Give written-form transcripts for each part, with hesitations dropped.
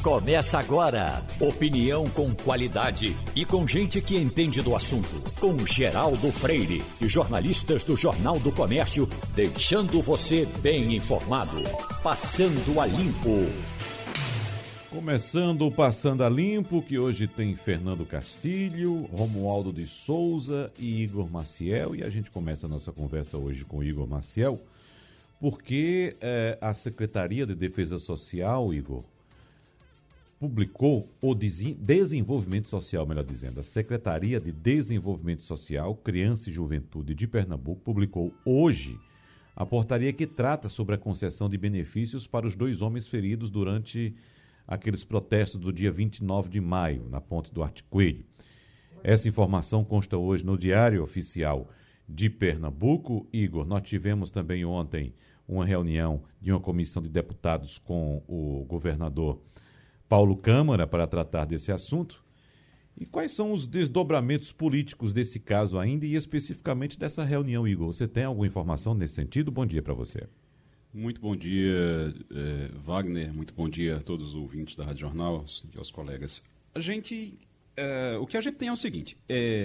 Começa agora. Opinião com qualidade e com gente que entende do assunto. Com Geraldo Freire e jornalistas do Jornal do Comércio, deixando você bem informado. Passando a Limpo. Começando o Passando a Limpo, que hoje tem Fernando Castilho, Romualdo de Souza e Igor Maciel. E a gente começa a nossa conversa hoje com o Igor Maciel, porque a Secretaria de Defesa Social, Igor, publicou o Desenvolvimento Social, melhor dizendo, a Secretaria de Desenvolvimento Social, Criança e Juventude de Pernambuco publicou hoje a portaria que trata sobre a concessão de benefícios para os 2 homens feridos durante aqueles protestos do dia 29 de maio, na Ponte Duarte Coelho. Essa informação consta hoje no Diário Oficial de Pernambuco. Igor, nós tivemos também ontem uma reunião de uma comissão de deputados com o governador Paulo Câmara para tratar desse assunto. E quais são os desdobramentos políticos desse caso ainda e especificamente dessa reunião, Igor? Você tem alguma informação nesse sentido? Bom dia para você. Muito bom dia, Wagner. Muito bom dia a todos os ouvintes da Rádio Jornal e aos colegas. O que a gente tem é o seguinte,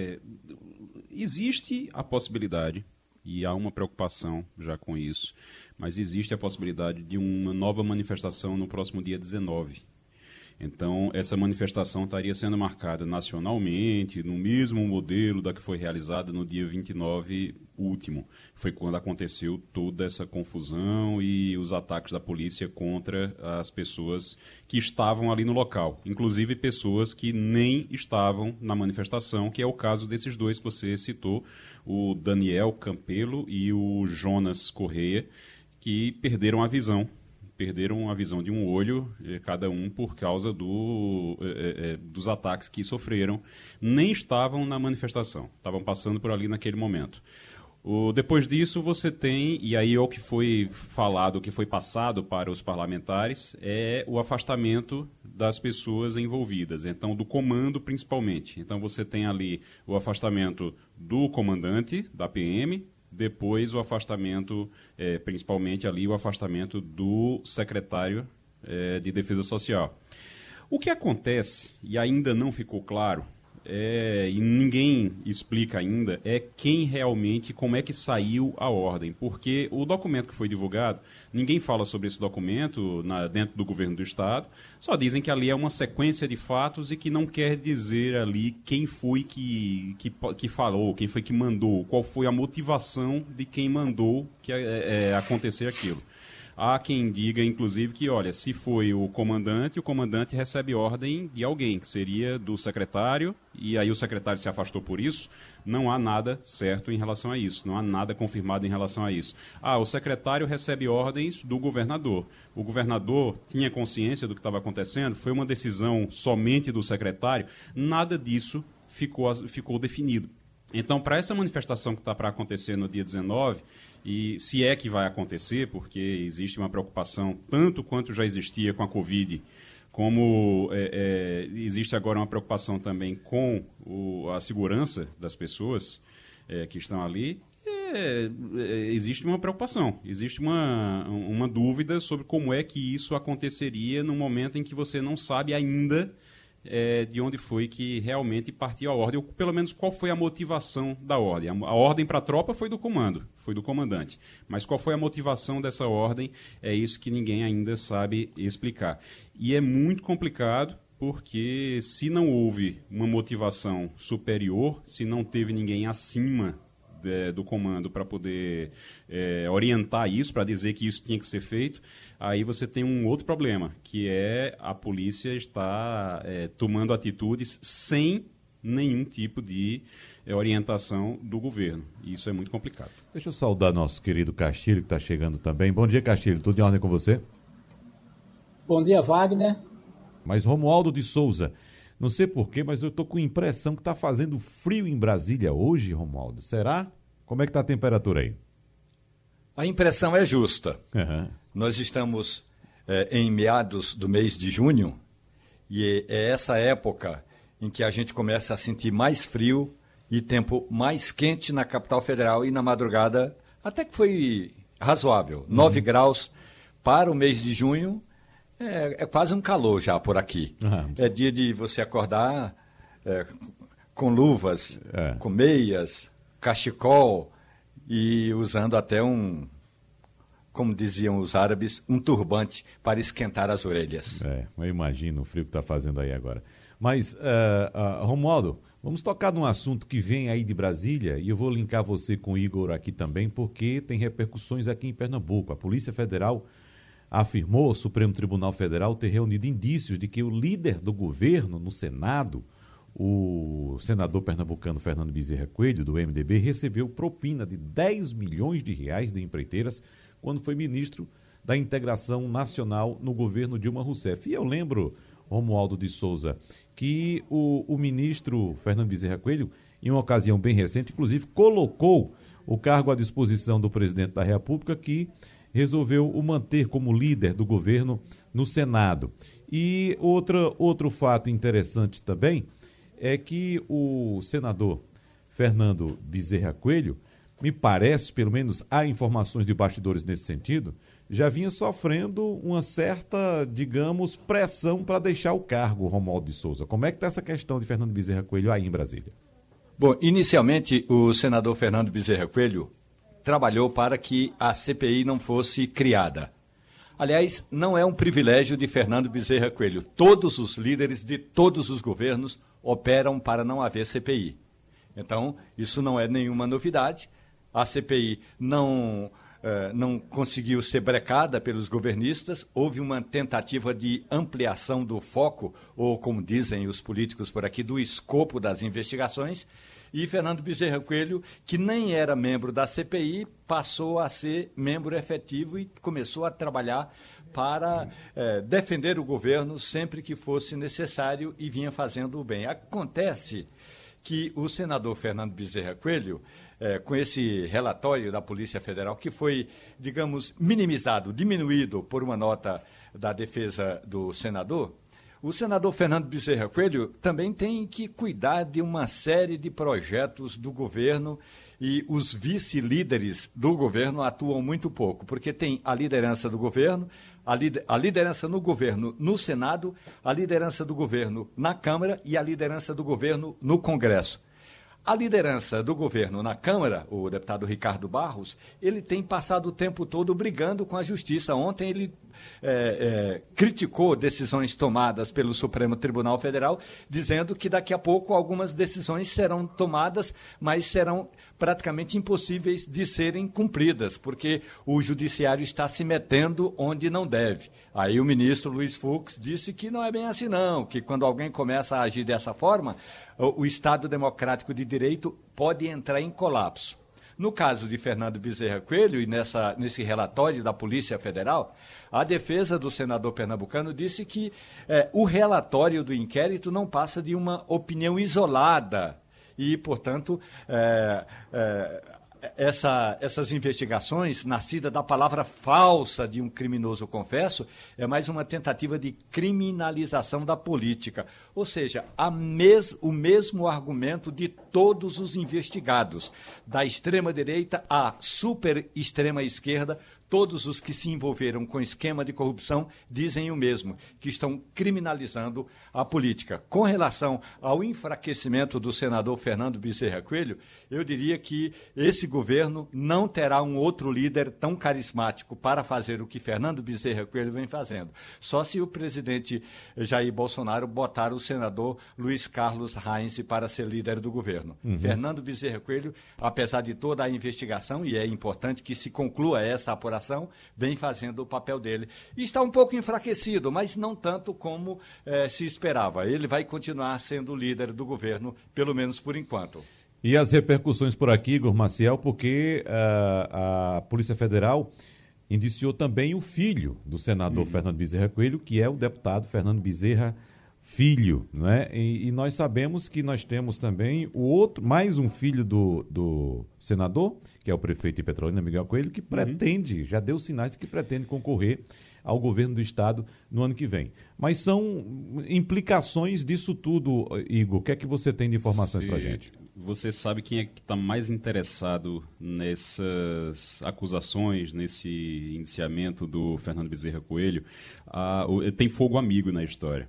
existe a possibilidade, e há uma preocupação já com isso, mas existe a possibilidade de uma nova manifestação no próximo dia 19. Então, essa manifestação estaria sendo marcada nacionalmente, no mesmo modelo da que foi realizada no dia 29 último. Foi quando aconteceu toda essa confusão e os ataques da polícia contra as pessoas que estavam ali no local. Inclusive pessoas que nem estavam na manifestação, que é o caso desses 2 que você citou, o Daniel Campelo e o Jonas Correia, que perderam a visão de um olho, cada um por causa dos ataques que sofreram. Nem estavam na manifestação, estavam passando por ali naquele momento. Depois disso você tem, e aí é o que foi falado, o que foi passado para os parlamentares, é o afastamento das pessoas envolvidas, então do comando principalmente. Então você tem ali o afastamento do comandante da PM, depois o afastamento, principalmente ali o afastamento do secretário de Defesa Social. O que acontece, e ainda não ficou claro, e ninguém explica ainda, é quem realmente, como é que saiu a ordem, porque o documento que foi divulgado, ninguém fala sobre esse documento dentro do governo do Estado, só dizem que ali é uma sequência de fatos e que não quer dizer ali quem foi que falou, quem foi que mandou, qual foi a motivação de quem mandou acontecer aquilo. Há quem diga, inclusive, que, olha, se foi o comandante recebe ordem de alguém, que seria do secretário, e aí o secretário se afastou por isso. Não há nada certo em relação a isso, não há nada confirmado em relação a isso. O secretário recebe ordens do governador. O governador tinha consciência do que estava acontecendo, foi uma decisão somente do secretário, nada disso ficou definido. Então, para essa manifestação que está para acontecer no dia 19, e se é que vai acontecer, porque existe uma preocupação, tanto quanto já existia com a Covid, como existe agora uma preocupação também com a segurança das pessoas que estão ali, existe uma preocupação, existe uma dúvida sobre como é que isso aconteceria no momento em que você não sabe ainda de onde foi que realmente partiu a ordem, ou pelo menos qual foi a motivação da ordem. A ordem para a tropa foi do comando, foi do comandante, mas qual foi a motivação dessa ordem, é isso que ninguém ainda sabe explicar. E é muito complicado, porque se não houve uma motivação superior, se não teve ninguém acima do comando para poder orientar isso, para dizer que isso tinha que ser feito, aí você tem um outro problema, que é a polícia estar tomando atitudes sem nenhum tipo de orientação do governo. E isso é muito complicado. Deixa eu saudar nosso querido Castilho, que está chegando também. Bom dia, Castilho. Tudo em ordem com você? Bom dia, Wagner. Mas Romualdo de Souza, não sei porquê, mas eu estou com a impressão que está fazendo frio em Brasília hoje, Romualdo. Será? Como é que está a temperatura aí? A impressão é justa. Uhum. Nós estamos em meados do mês de junho e é essa época em que a gente começa a sentir mais frio e tempo mais quente na capital federal, e na madrugada até que foi razoável. 9 graus para o mês de junho É quase um calor já por aqui. É dia de você acordar com luvas, com meias, cachecol e usando até como diziam os árabes, um turbante para esquentar as orelhas. Eu imagino o frio que está fazendo aí agora. Mas, Romualdo, vamos tocar num assunto que vem aí de Brasília e eu vou linkar você com o Igor aqui também, porque tem repercussões aqui em Pernambuco. A Polícia Federal afirmou, o Supremo Tribunal Federal ter reunido indícios de que o líder do governo no Senado, o senador pernambucano Fernando Bezerra Coelho, do MDB, recebeu propina de 10 milhões de reais de empreiteiras quando foi ministro da Integração Nacional no governo Dilma Rousseff. E eu lembro, Romualdo de Souza, que o ministro Fernando Bezerra Coelho, em uma ocasião bem recente, inclusive colocou o cargo à disposição do presidente da República, que resolveu o manter como líder do governo no Senado. E outro fato interessante também é que o senador Fernando Bezerra Coelho, me parece, pelo menos há informações de bastidores nesse sentido, já vinha sofrendo uma certa, digamos, pressão para deixar o cargo, Romualdo de Souza. Como é que está essa questão de Fernando Bezerra Coelho aí em Brasília? Bom, inicialmente o senador Fernando Bezerra Coelho trabalhou para que a CPI não fosse criada. Aliás, não é um privilégio de Fernando Bezerra Coelho. Todos os líderes de todos os governos operam para não haver CPI. Então, isso não é nenhuma novidade. A CPI não conseguiu ser brecada pelos governistas, houve uma tentativa de ampliação do foco, ou como dizem os políticos por aqui, do escopo das investigações, e Fernando Bezerra Coelho, que nem era membro da CPI, passou a ser membro efetivo e começou a trabalhar para defender o governo sempre que fosse necessário e vinha fazendo o bem. Acontece que o senador Fernando Bezerra Coelho, com esse relatório da Polícia Federal, que foi, digamos, minimizado, diminuído por uma nota da defesa do senador, o senador Fernando Bezerra Coelho também tem que cuidar de uma série de projetos do governo e os vice-líderes do governo atuam muito pouco, porque tem a liderança do governo, a liderança no governo no Senado, a liderança do governo na Câmara e a liderança do governo no Congresso. A liderança do governo na Câmara, o deputado Ricardo Barros, ele tem passado o tempo todo brigando com a Justiça. Ontem ele criticou decisões tomadas pelo Supremo Tribunal Federal, dizendo que daqui a pouco algumas decisões serão tomadas, mas serão praticamente impossíveis de serem cumpridas, porque o judiciário está se metendo onde não deve. Aí o ministro Luiz Fux disse que não é bem assim não, que quando alguém começa a agir dessa forma, o Estado Democrático de Direito pode entrar em colapso. No caso de Fernando Bezerra Coelho e nesse relatório da Polícia Federal, a defesa do senador pernambucano disse que o relatório do inquérito não passa de uma opinião isolada e, portanto, essas investigações, nascida da palavra falsa de um criminoso confesso, é mais uma tentativa de criminalização da política. Ou seja, o mesmo argumento de todos os investigados, da extrema-direita à super-extrema-esquerda, todos os que se envolveram com esquema de corrupção dizem o mesmo, que estão criminalizando a política. Com relação ao enfraquecimento do senador Fernando Bezerra Coelho, eu diria que esse governo não terá um outro líder tão carismático para fazer o que Fernando Bezerra Coelho vem fazendo. Só se o presidente Jair Bolsonaro botar o senador Luiz Carlos Reins para ser líder do governo. Fernando Bezerra Coelho, apesar de toda a investigação, e é importante que se conclua essa apuração, vem fazendo o papel dele. E está um pouco enfraquecido, mas não tanto como se esperava. Ele vai continuar sendo o líder do governo, pelo menos por enquanto. E as repercussões por aqui, Igor Maciel, porque a Polícia Federal indiciou também o filho do senador Fernando Bezerra Coelho, que é o deputado Fernando Bezerra Filho, né? E nós sabemos que nós temos também mais um filho do senador, que é o prefeito de Petrolina, Miguel Coelho, que pretende, já deu sinais de que pretende concorrer ao governo do estado no ano que vem. Mas são implicações disso tudo, Igor. O que é que você tem de informações para a gente? você sabe quem é que está mais interessado nessas acusações, nesse indiciamento do Fernando Bezerra Coelho? Tem fogo amigo na história.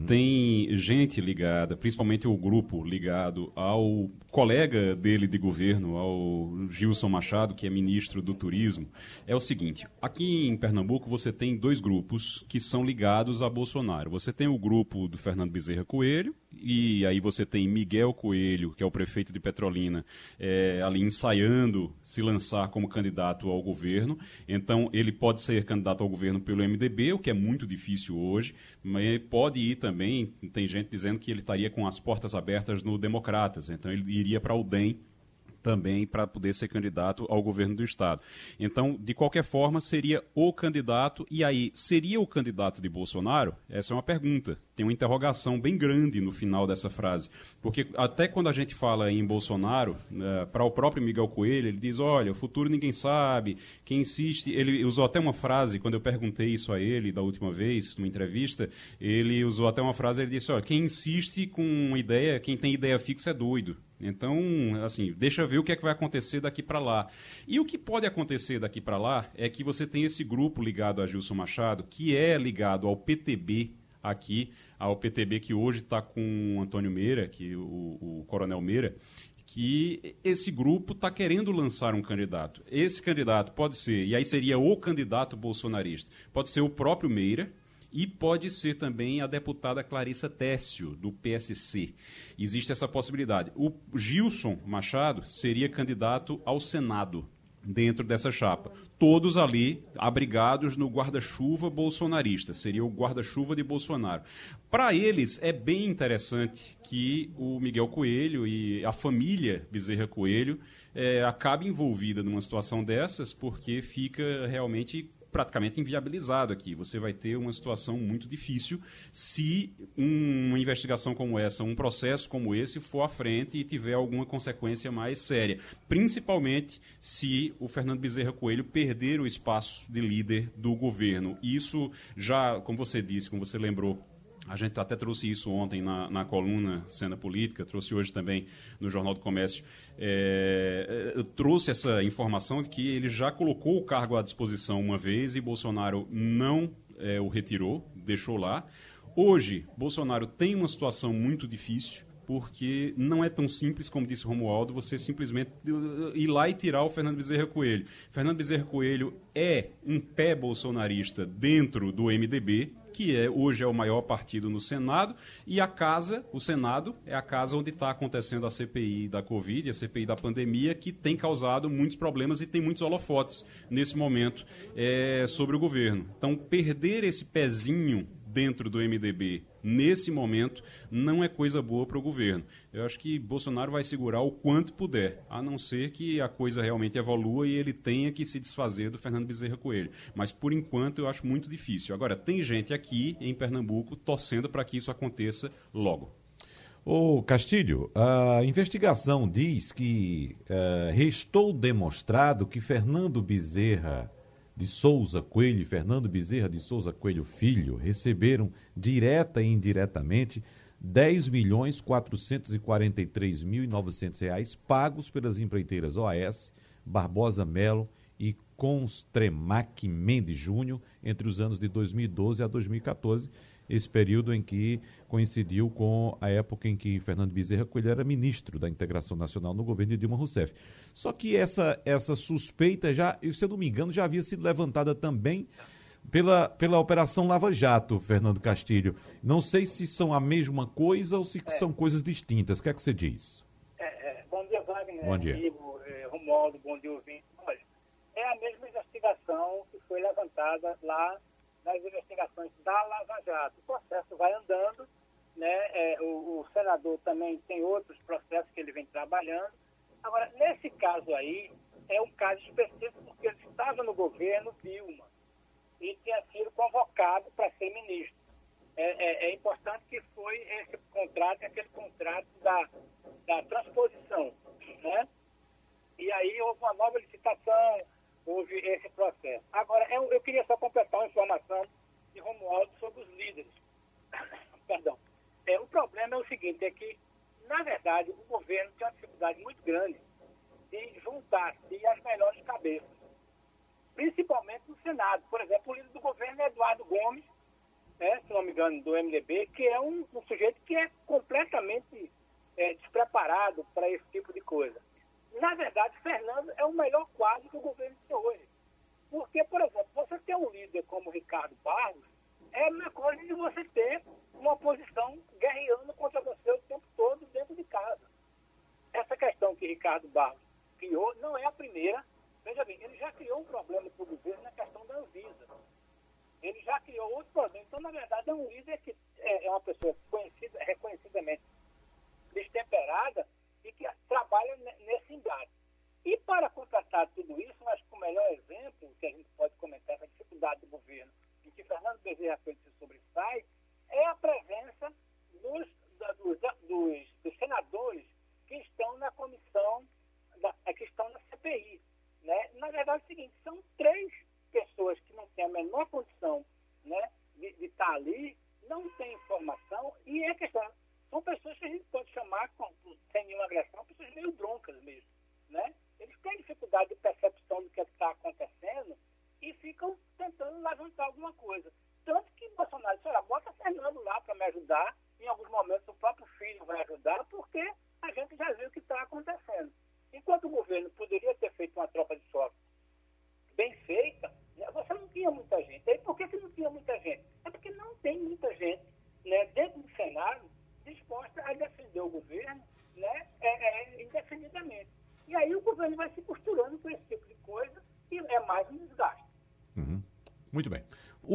Tem gente ligada, principalmente o grupo ligado ao colega dele de governo, ao Gilson Machado, que é ministro do Turismo. É o seguinte, aqui em Pernambuco você tem dois grupos que são ligados a Bolsonaro. Você tem o grupo do Fernando Bezerra Coelho, e aí você tem Miguel Coelho, que é o prefeito de Petrolina, ali ensaiando se lançar como candidato ao governo. Então, ele pode ser candidato ao governo pelo MDB, o que é muito difícil hoje, mas pode ir também, tem gente dizendo que ele estaria com as portas abertas no Democratas, então ele iria para o DEM também para poder ser candidato ao governo do Estado. Então, de qualquer forma, seria o candidato. E aí, seria o candidato de Bolsonaro? Essa é uma pergunta. Tem uma interrogação bem grande no final dessa frase. Porque até quando a gente fala em Bolsonaro, para o próprio Miguel Coelho, ele diz, olha, o futuro ninguém sabe, quem insiste... Ele usou até uma frase, quando eu perguntei isso a ele da última vez, numa entrevista, ele usou até uma frase, ele disse, olha, quem insiste com uma ideia, quem tem ideia fixa é doido. Então, assim, deixa ver o que é que vai acontecer daqui para lá. E o que pode acontecer daqui para lá é que você tem esse grupo ligado a Gilson Machado, que é ligado ao PTB aqui, ao PTB que hoje está com o Antônio Meira, que o Coronel Meira, que esse grupo está querendo lançar um candidato. Esse candidato pode ser, e aí seria o candidato bolsonarista, pode ser o próprio Meira, e pode ser também a deputada Clarissa Tércio, do PSC. Existe essa possibilidade. O Gilson Machado seria candidato ao Senado, dentro dessa chapa. Todos ali abrigados no guarda-chuva bolsonarista, seria o guarda-chuva de Bolsonaro. Para eles, é bem interessante que o Miguel Coelho e a família Bezerra Coelho acabe envolvida numa situação dessas, porque fica realmente praticamente inviabilizado aqui. Você vai ter uma situação muito difícil se uma investigação como essa, um processo como esse for à frente e tiver alguma consequência mais séria. Principalmente se o Fernando Bezerra Coelho perder o espaço de líder do governo. Isso já, como você disse, como você lembrou, a gente até trouxe isso ontem na coluna Cena Política, trouxe hoje também no Jornal do Comércio. Trouxe essa informação de que ele já colocou o cargo à disposição uma vez e Bolsonaro não o retirou, deixou lá. Hoje, Bolsonaro tem uma situação muito difícil, porque não é tão simples, como disse o Romualdo, você simplesmente ir lá e tirar o Fernando Bezerra Coelho. Fernando Bezerra Coelho é um pé bolsonarista dentro do MDB, que hoje é o maior partido no Senado, e o Senado, é a casa onde está acontecendo a CPI da Covid, a CPI da pandemia, que tem causado muitos problemas e tem muitos holofotes nesse momento sobre o governo. Então, perder esse pezinho dentro do MDB, nesse momento, não é coisa boa para o governo. Eu acho que Bolsonaro vai segurar o quanto puder, a não ser que a coisa realmente evolua e ele tenha que se desfazer do Fernando Bezerra Coelho. Mas, por enquanto, eu acho muito difícil. Agora, tem gente aqui em Pernambuco torcendo para que isso aconteça logo. Ô Castilho, a investigação diz que restou demonstrado que Fernando Bezerra de Souza Coelho e Fernando Bezerra de Souza Coelho Filho receberam direta e indiretamente R$10.443.900 pagos pelas empreiteiras OAS, Barbosa Melo e Constremac Mendes Júnior entre os anos de 2012 a 2014, esse período em que coincidiu com a época em que Fernando Bezerra Coelho era ministro da Integração Nacional no governo de Dilma Rousseff. Só que essa suspeita, já, se eu não me engano, já havia sido levantada também pela Operação Lava Jato, Fernando Castilho. Não sei se são a mesma coisa ou se são coisas distintas. O que é que você diz? Bom dia, Wagner. Bom dia. Amigo, Romualdo, bom dia, ouvinte. Olha, é a mesma investigação que foi levantada lá nas investigações da Lava Jato. O processo vai andando, né? O senador também tem outros processos que ele vem trabalhando. Agora, nesse caso aí, é um caso específico porque ele estava no governo Dilma e tinha sido convocado para ser ministro. É importante que foi esse contrato, aquele contrato da transposição, né? E aí houve uma nova licitação, houve esse processo. Agora, eu queria só completar uma informação de Romualdo sobre os líderes. Perdão. O problema é o seguinte, é que Na verdade, o governo tem uma dificuldade muito grande de juntar-se as melhores cabeças, principalmente no Senado. Por exemplo, o líder do governo é Eduardo Gomes, né, se não me engano, do MDB, que é um sujeito que é completamente despreparado para esse tipo de coisa. Na verdade, Fernando é o melhor quadro que o governo tem hoje. Porque, por exemplo, você ter um líder como Ricardo Barros é a mesma coisa de você ter uma oposição guerreando contra você o tempo todo dentro de casa. Essa questão que Ricardo Barros criou não é a primeira. Veja bem, ele já criou um problema para o governo na questão da Anvisa. Ele já criou outro problema. Então, na verdade, é um líder que é uma pessoa conhecida, reconhecidamente destemperada e que trabalha nesse embate. E para completar tudo isso, acho que o melhor exemplo que a gente pode comentar essa dificuldade do governo, em que Fernando Bezerra Coelho se sobressai, é a presença dos senadores que estão na comissão, que estão na CPI. Né? Na verdade, é o seguinte, são 3 pessoas que não têm a menor condição, né, de estar ali, não têm informação, e é questão, são pessoas que a gente pode chamar, sem nenhuma agressão, pessoas meio broncas mesmo. Né? Eles têm dificuldade de percepção do que está acontecendo e ficam tentando levantar alguma coisa. Tanto que Bolsonaro disse, olha, bota Fernando lá para me ajudar, em alguns momentos o próprio filho vai ajudar, porque a gente já viu o que está acontecendo. Enquanto o governo poderia ter feito uma tropa de choque bem feita, né, você não tinha muita gente. Aí por que não tinha muita gente? É porque não tem muita gente, né, dentro do Senado disposta a defender o governo, né, indefinidamente. E aí o governo vai se costurando com esse tipo de coisa e é mais um desgaste. Uhum. Muito bem.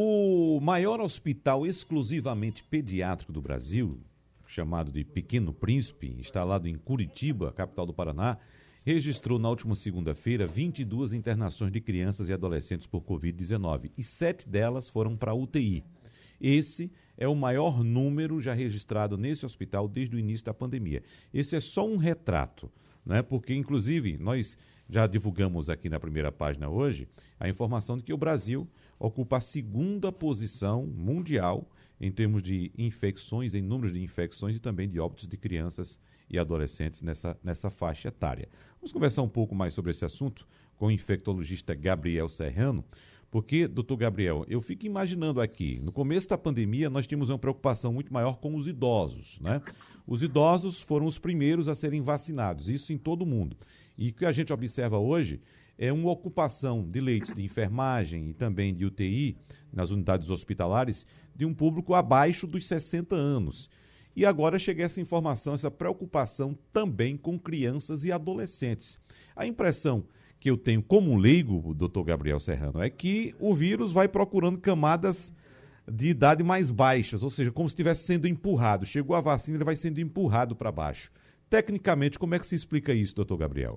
O maior hospital exclusivamente pediátrico do Brasil, chamado de Pequeno Príncipe, instalado em Curitiba, capital do Paraná, registrou na última segunda-feira 22 internações de crianças e adolescentes por Covid-19 e 7 delas foram para UTI. Esse é o maior número já registrado nesse hospital desde o início da pandemia. Esse é só um retrato, né? Porque, inclusive, nós já divulgamos aqui na primeira página hoje a informação de que o Brasil ocupa a 2ª posição mundial em termos de infecções, em números de infecções e também de óbitos de crianças e adolescentes nessa faixa etária. Vamos conversar um pouco mais sobre esse assunto com o infectologista Gabriel Serrano, porque, doutor Gabriel, eu fico imaginando aqui, no começo da pandemia nós tínhamos uma preocupação muito maior com os idosos, né? Os idosos foram os primeiros a serem vacinados, isso em todo o mundo. E o que a gente observa hoje é uma ocupação de leitos de enfermagem e também de UTI nas unidades hospitalares de um público abaixo dos 60 anos. E agora chega essa informação, essa preocupação também com crianças e adolescentes. A impressão que eu tenho como leigo, doutor Gabriel Serrano, é que o vírus vai procurando camadas de idade mais baixas, ou seja, como se estivesse sendo empurrado. Chegou a vacina, ele vai sendo empurrado para baixo. Tecnicamente, como é que se explica isso, doutor Gabriel?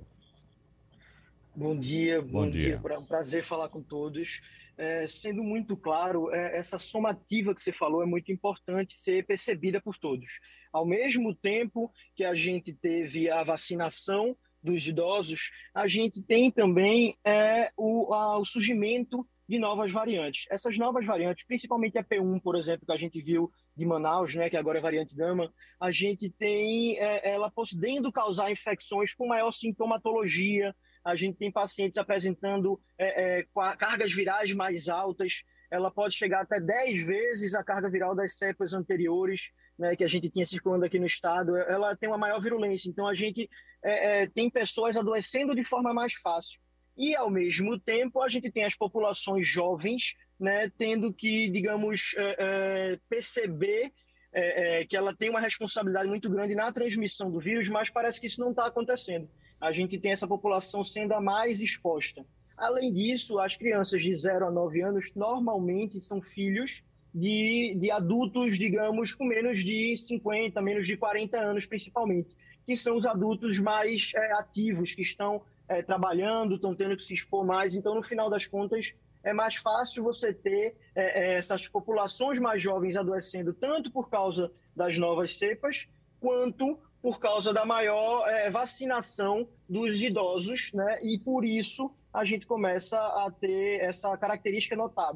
Bom dia. É um prazer falar com todos. Sendo muito claro, essa somativa que você falou é muito importante ser percebida por todos. Ao mesmo tempo que a gente teve a vacinação dos idosos, a gente tem também o surgimento de novas variantes. Essas novas variantes, principalmente a P1, por exemplo, que a gente viu de Manaus, né, que agora é variante Gama, a gente tem ela podendo causar infecções com maior sintomatologia. A gente tem pacientes apresentando cargas virais mais altas. Ela pode chegar até 10 vezes a carga viral das cepas anteriores, né, que a gente tinha circulando aqui no estado. Ela tem uma maior virulência. Então, a gente tem pessoas adoecendo de forma mais fácil. E, ao mesmo tempo, a gente tem as populações jovens, né, tendo que, digamos, perceber que ela tem uma responsabilidade muito grande na transmissão do vírus, mas parece que isso não está acontecendo. A gente tem essa população sendo a mais exposta. Além disso, as crianças de 0 a 9 anos normalmente são filhos de adultos, digamos, com menos de 50, menos de 40 anos, principalmente, que são os adultos mais ativos, que estão trabalhando, estão tendo que se expor mais. Então, no final das contas, é mais fácil você ter essas populações mais jovens adoecendo, tanto por causa das novas cepas, quanto por causa da maior vacinação dos idosos, né? E por isso a gente começa a ter essa característica notada.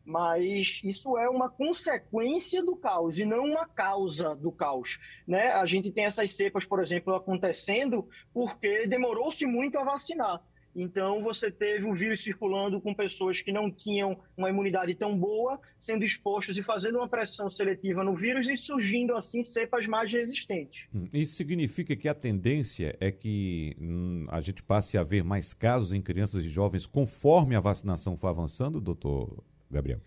mas isso é uma consequência do caos e não uma causa do caos, né? A gente tem essas cepas, por exemplo, acontecendo porque demorou-se muito a vacinar. Então, você teve o vírus circulando com pessoas que não tinham uma imunidade tão boa, sendo expostos e fazendo uma pressão seletiva no vírus e surgindo, assim, cepas mais resistentes. Isso significa que a tendência é que a gente passe a ver mais casos em crianças e jovens conforme a vacinação for avançando, doutor Gabriel?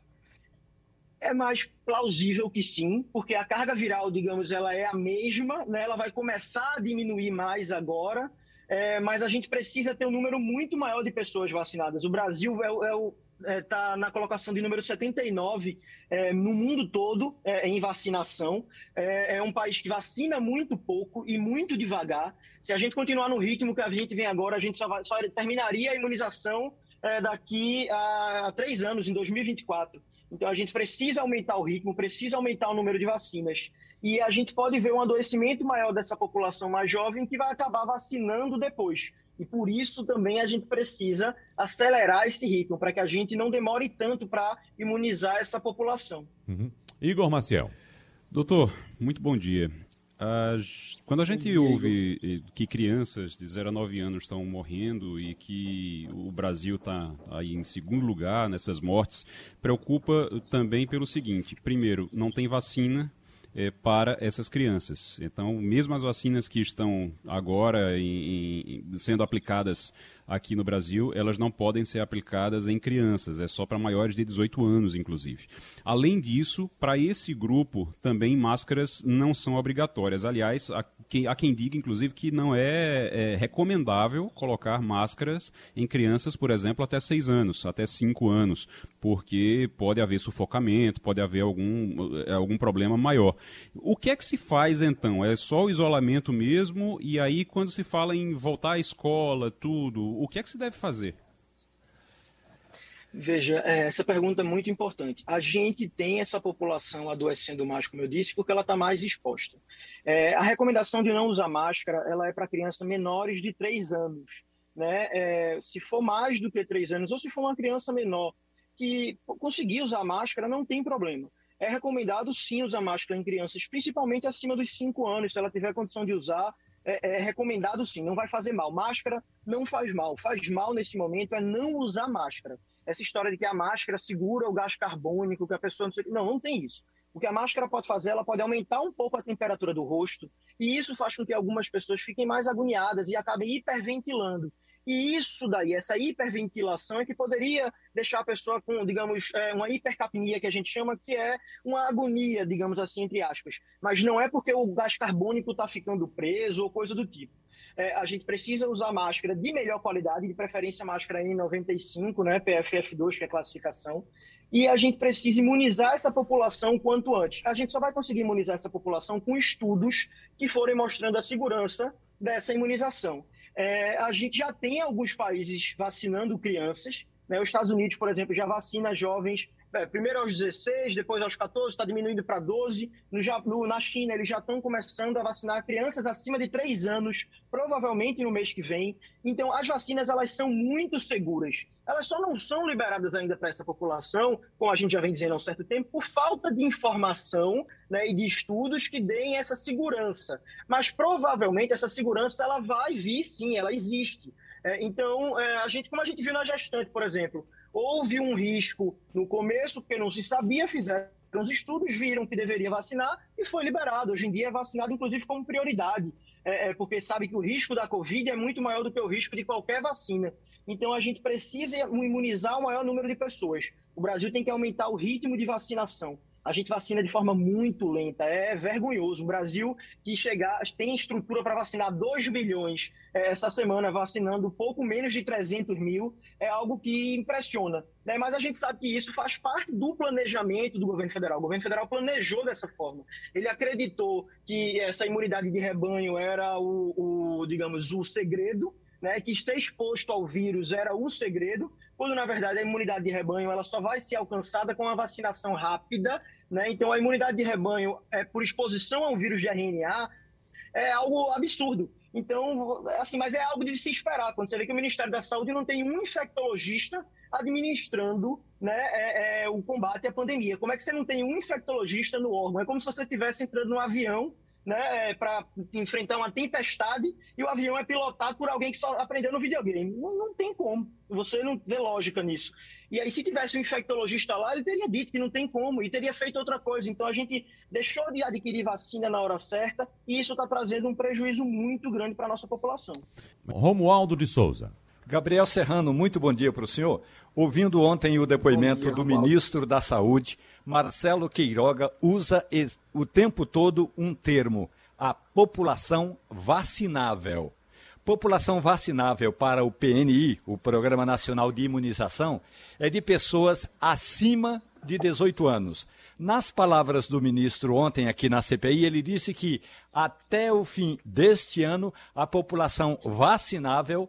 É mais plausível que sim, porque a carga viral, digamos, ela é a mesma, né? Ela vai começar a diminuir mais agora, mas a gente precisa ter um número muito maior de pessoas vacinadas. O Brasil está na colocação de número 79 no mundo todo em vacinação. É um país que vacina muito pouco e muito devagar. Se a gente continuar no ritmo que a gente vem agora, a gente só terminaria a imunização daqui a 3 anos, em 2024. Então, a gente precisa aumentar o ritmo, precisa aumentar o número de vacinas. E a gente pode ver um adoecimento maior dessa população mais jovem que vai acabar vacinando depois. E por isso também a gente precisa acelerar esse ritmo, para que a gente não demore tanto para imunizar essa população. Igor Maciel. Doutor, muito bom dia. Quando a gente ouve que crianças de 0 a 9 anos estão morrendo e que o Brasil está aí em segundo lugar nessas mortes, preocupa também pelo seguinte: primeiro, não tem vacina para essas crianças. Então, mesmo as vacinas que estão agora sendo aplicadas aqui no Brasil, elas não podem ser aplicadas em crianças, é só para maiores de 18 anos, inclusive. Além disso, para esse grupo, também máscaras não são obrigatórias. Aliás, há quem diga, inclusive, que não é recomendável colocar máscaras em crianças, por exemplo, até 6 anos, até 5 anos, porque pode haver sufocamento, pode haver algum problema maior. O que é que se faz, então? É só o isolamento mesmo? E aí, quando se fala em voltar à escola, tudo, o que é que se deve fazer? Veja, essa pergunta é muito importante. A gente tem essa população adoecendo mais, como eu disse, porque ela está mais exposta. A recomendação de não usar máscara, ela é para crianças menores de 3 anos. Né? Se for mais do que 3 anos, ou se for uma criança menor que conseguir usar máscara, não tem problema. É recomendado sim usar máscara em crianças, principalmente acima dos 5 anos, se ela tiver condição de usar. É recomendado sim, não vai fazer mal. Máscara não faz mal. Faz mal nesse momento é não usar máscara. Essa história de que a máscara segura o gás carbônico, que a pessoa não sei... Não tem isso. O que a máscara pode fazer, ela pode aumentar um pouco a temperatura do rosto, e isso faz com que algumas pessoas fiquem mais agoniadas e acabem hiperventilando. E isso daí, essa hiperventilação é que poderia deixar a pessoa com, digamos, uma hipercapnia, que a gente chama, que é uma agonia, digamos assim, entre aspas. Mas não é porque o gás carbônico está ficando preso ou coisa do tipo. A gente precisa usar máscara de melhor qualidade, de preferência máscara N95, né, PFF2, que é a classificação, e a gente precisa imunizar essa população quanto antes. A gente só vai conseguir imunizar essa população com estudos que forem mostrando a segurança dessa imunização. A gente já tem alguns países vacinando crianças, né? Os Estados Unidos, por exemplo, já vacina jovens, primeiro aos 16, depois aos 14, está diminuindo para 12. Na China, eles já estão começando a vacinar crianças acima de 3 anos, provavelmente no mês que vem. Então, as vacinas, elas são muito seguras. Elas só não são liberadas ainda para essa população, como a gente já vem dizendo há um certo tempo, por falta de informação, né, e de estudos que deem essa segurança. Mas, provavelmente, essa segurança ela vai vir, sim, ela existe. Então, como a gente viu na gestante, por exemplo, houve um risco no começo, porque não se sabia, fizeram os estudos, viram que deveria vacinar e foi liberado. Hoje em dia é vacinado, inclusive, como prioridade, porque sabe que o risco da Covid é muito maior do que o risco de qualquer vacina. Então, a gente precisa imunizar o maior número de pessoas. O Brasil tem que aumentar o ritmo de vacinação. A gente vacina de forma muito lenta, é vergonhoso. O Brasil, que tem estrutura para vacinar 2 bilhões essa semana, vacinando pouco menos de 300 mil, é algo que impressiona. Né? Mas a gente sabe que isso faz parte do planejamento do governo federal. O governo federal planejou dessa forma. Ele acreditou que essa imunidade de rebanho era digamos, o segredo, né, que ser exposto ao vírus era o segredo, quando, na verdade, a imunidade de rebanho ela só vai ser alcançada com a vacinação rápida. Né? Então, a imunidade de rebanho, por exposição ao vírus de RNA, é algo absurdo. Então, assim, mas é algo de se esperar, quando você vê que o Ministério da Saúde não tem um infectologista administrando, né, o combate à pandemia. Como é que você não tem um infectologista no órgão? É como se você estivesse entrando num avião, né, para enfrentar uma tempestade e o avião é pilotado por alguém que só aprendeu no videogame. Não tem como. Você não vê lógica nisso. E aí, se tivesse um infectologista lá, ele teria dito que não tem como e teria feito outra coisa. Então, a gente deixou de adquirir vacina na hora certa e isso está trazendo um prejuízo muito grande para a nossa população. Romualdo de Souza. Gabriel Serrano, muito bom dia para o senhor. Ouvindo ontem o depoimento do ministro da Saúde, Marcelo Queiroga usa o tempo todo um termo, a população vacinável. População vacinável para o PNI, o Programa Nacional de Imunização, é de pessoas acima de 18 anos. Nas palavras do ministro ontem aqui na CPI, ele disse que até o fim deste ano, a população vacinável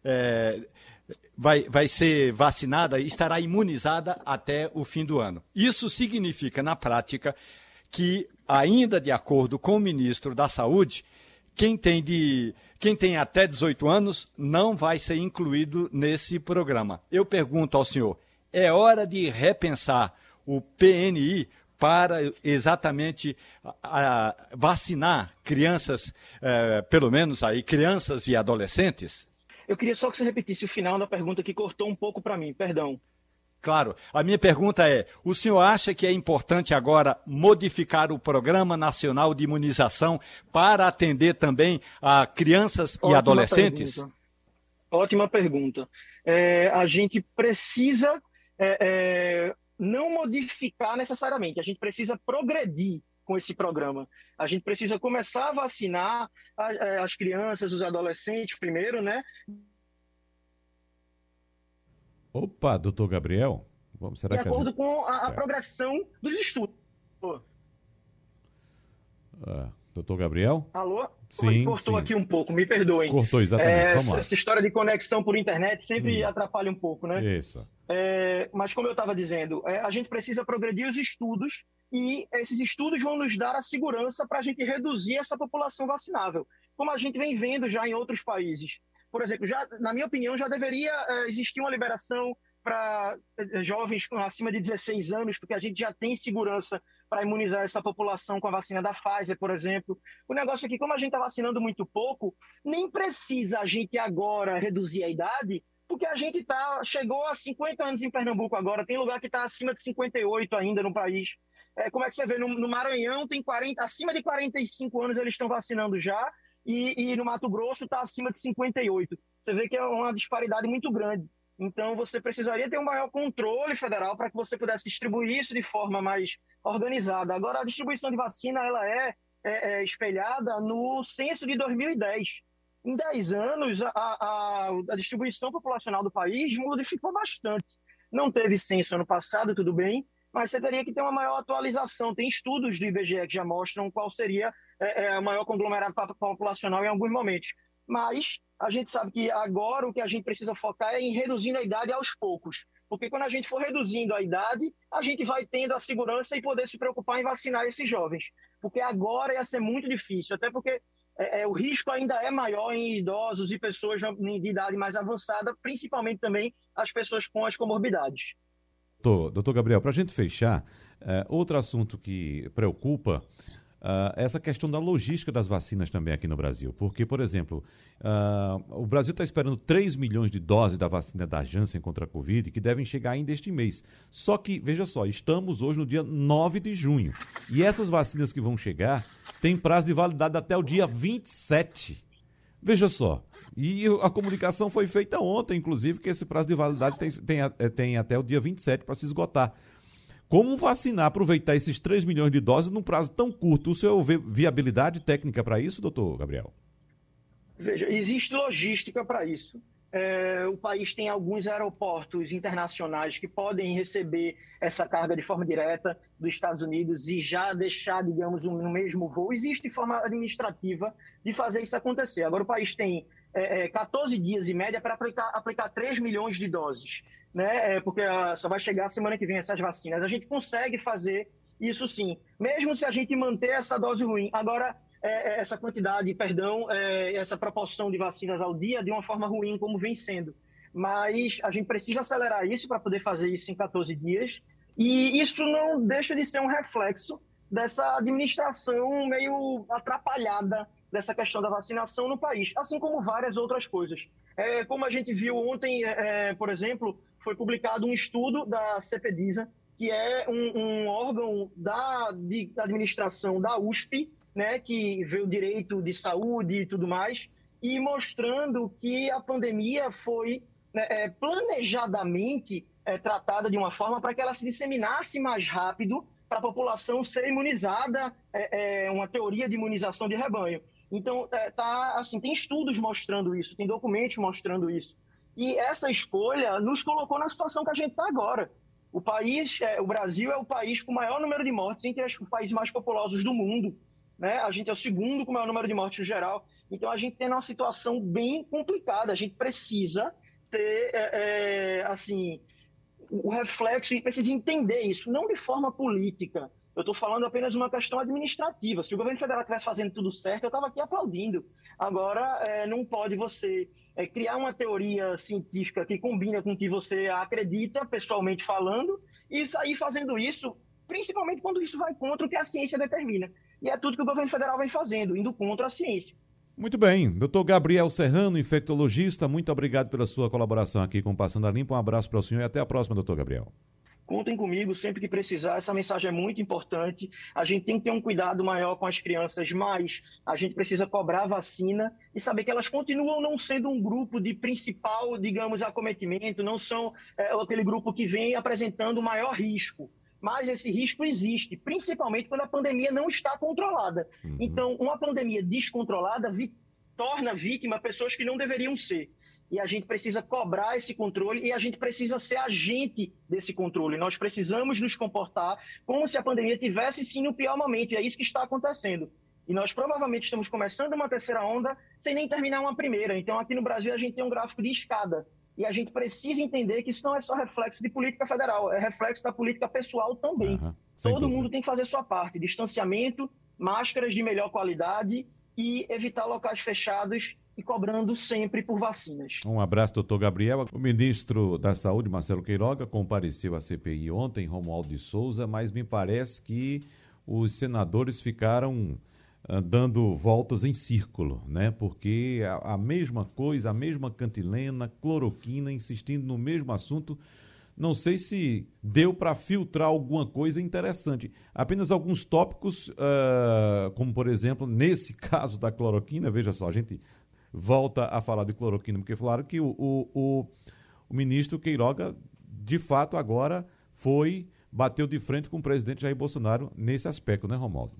vai ser vacinada e estará imunizada até o fim do ano. Isso significa, na prática, que, ainda de acordo com o ministro da Saúde, quem tem até 18 anos não vai ser incluído nesse programa. Eu pergunto ao senhor, é hora de repensar o PNI para exatamente vacinar crianças, pelo menos aí, crianças e adolescentes? Eu queria só que você repetisse o final da pergunta que cortou um pouco para mim, perdão. Claro. A minha pergunta é, o senhor acha que é importante agora modificar o Programa Nacional de Imunização para atender também a crianças e adolescentes? Pergunta. Ótima pergunta. A gente precisa não modificar necessariamente, a gente precisa progredir com esse programa. A gente precisa começar a vacinar as crianças, os adolescentes primeiro, né? Opa, doutor Gabriel. De acordo com a progressão dos estudos. Doutor Gabriel? Alô? Sim, cortou sim. Aqui um pouco, me perdoem. Cortou, exatamente. Vamos lá. Essa história de conexão por internet sempre atrapalha um pouco, né? Isso. Mas como eu estava dizendo, a gente precisa progredir os estudos e esses estudos vão nos dar a segurança para a gente reduzir essa população vacinável, como a gente vem vendo já em outros países. Por exemplo, na minha opinião, já deveria existir uma liberação para jovens acima de 16 anos, porque a gente já tem segurança para imunizar essa população com a vacina da Pfizer, por exemplo. O negócio é que, como a gente está vacinando muito pouco, nem precisa a gente agora reduzir a idade, porque a gente chegou a 50 anos em Pernambuco agora, tem lugar que está acima de 58 ainda no país. Como é que você vê? No Maranhão tem acima de 45 anos eles estão vacinando já, e no Mato Grosso está acima de 58. Você vê que é uma disparidade muito grande. Então, você precisaria ter um maior controle federal para que você pudesse distribuir isso de forma mais organizada. Agora, a distribuição de vacina ela é espelhada no censo de 2010. Em 10 anos, a distribuição populacional do país modificou bastante. Não teve censo ano passado, tudo bem, mas você teria que ter uma maior atualização. Tem estudos do IBGE que já mostram qual seria o maior conglomerado populacional em alguns momentos. Mas a gente sabe que agora o que a gente precisa focar é em reduzindo a idade aos poucos. Porque quando a gente for reduzindo a idade, a gente vai tendo a segurança e poder se preocupar em vacinar esses jovens. Porque agora ia ser muito difícil, até porque o risco ainda é maior em idosos e pessoas de idade mais avançada, principalmente também as pessoas com as comorbidades. Doutor Gabriel, para a gente fechar, outro assunto que preocupa essa questão da logística das vacinas também aqui no Brasil. Porque, por exemplo, o Brasil está esperando 3 milhões de doses da vacina da Janssen contra a Covid, que devem chegar ainda este mês. Só que, veja só, estamos hoje no dia 9 de junho. E essas vacinas que vão chegar têm prazo de validade até o dia 27. Veja só. E a comunicação foi feita ontem, inclusive, que esse prazo de validade tem até o dia 27 para se esgotar. Como vacinar, aproveitar esses 3 milhões de doses num prazo tão curto? O senhor vê viabilidade técnica para isso, doutor Gabriel? Veja, existe logística para isso. O país tem alguns aeroportos internacionais que podem receber essa carga de forma direta dos Estados Unidos e já deixar, digamos, no mesmo voo. Existe forma administrativa de fazer isso acontecer. Agora, o país tem 14 dias em média para aplicar 3 milhões de doses, né? Porque só vai chegar a semana que vem essas vacinas. A gente consegue fazer isso sim, mesmo se a gente manter essa dose ruim. Agora, essa quantidade, essa proporção de vacinas ao dia de uma forma ruim, como vem sendo. Mas a gente precisa acelerar isso para poder fazer isso em 14 dias. E isso não deixa de ser um reflexo dessa administração meio atrapalhada dessa questão da vacinação no país, assim como várias outras coisas. Como a gente viu ontem, por exemplo, foi publicado um estudo da CEPEDISA, que é um órgão da administração da USP, né, que vê o direito de saúde e tudo mais, e mostrando que a pandemia foi planejadamente tratada de uma forma para que ela se disseminasse mais rápido para a população ser imunizada, uma teoria de imunização de rebanho. Então, tem estudos mostrando isso, tem documentos mostrando isso. E essa escolha nos colocou na situação que a gente está agora. O Brasil é o país com o maior número de mortes entre os países mais populosos do mundo, né? A gente é o segundo com o maior número de mortes no geral. Então, a gente tem uma situação bem complicada. A gente precisa ter, o reflexo, e precisa entender isso, não de forma política. Eu estou falando apenas de uma questão administrativa. Se o governo federal estivesse fazendo tudo certo, eu estava aqui aplaudindo. Agora, não pode você criar uma teoria científica que combina com o que você acredita, pessoalmente falando, e sair fazendo isso, principalmente quando isso vai contra o que a ciência determina. E é tudo que o governo federal vem fazendo, indo contra a ciência. Muito bem. Doutor Gabriel Serrano, infectologista, muito obrigado pela sua colaboração aqui com o Passando a Limpo. Um abraço para o senhor e até a próxima, doutor Gabriel. Contem comigo sempre que precisar, essa mensagem é muito importante. A gente tem que ter um cuidado maior com as crianças, mas a gente precisa cobrar a vacina e saber que elas continuam não sendo um grupo de principal, digamos, acometimento, não são aquele grupo que vem apresentando maior risco. Mas esse risco existe, principalmente quando a pandemia não está controlada. Uhum. Então, uma pandemia descontrolada torna vítima pessoas que não deveriam ser. E a gente precisa cobrar esse controle e a gente precisa ser agente desse controle. Nós precisamos nos comportar como se a pandemia tivesse sim no pior momento, e é isso que está acontecendo. E nós provavelmente estamos começando uma terceira onda sem nem terminar uma primeira. Então, aqui no Brasil, a gente tem um gráfico de escada. E a gente precisa entender que isso não é só reflexo de política federal, é reflexo da política pessoal também. Todo mundo tem que fazer sua parte. Distanciamento, máscaras de melhor qualidade e evitar locais fechados e cobrando sempre por vacinas. Um abraço, doutor Gabriel. O ministro da Saúde, Marcelo Queiroga, compareceu à CPI ontem, Romualdo de Souza, mas me parece que os senadores ficaram dando voltas em círculo, né? Porque a mesma coisa, a mesma cantilena, cloroquina, insistindo no mesmo assunto. Não sei se deu para filtrar alguma coisa interessante. Apenas alguns tópicos, como por exemplo, nesse caso da cloroquina, veja só, a gente volta a falar de cloroquina, porque falaram que o ministro Queiroga, de fato, agora bateu de frente com o presidente Jair Bolsonaro nesse aspecto, né, Romualdo?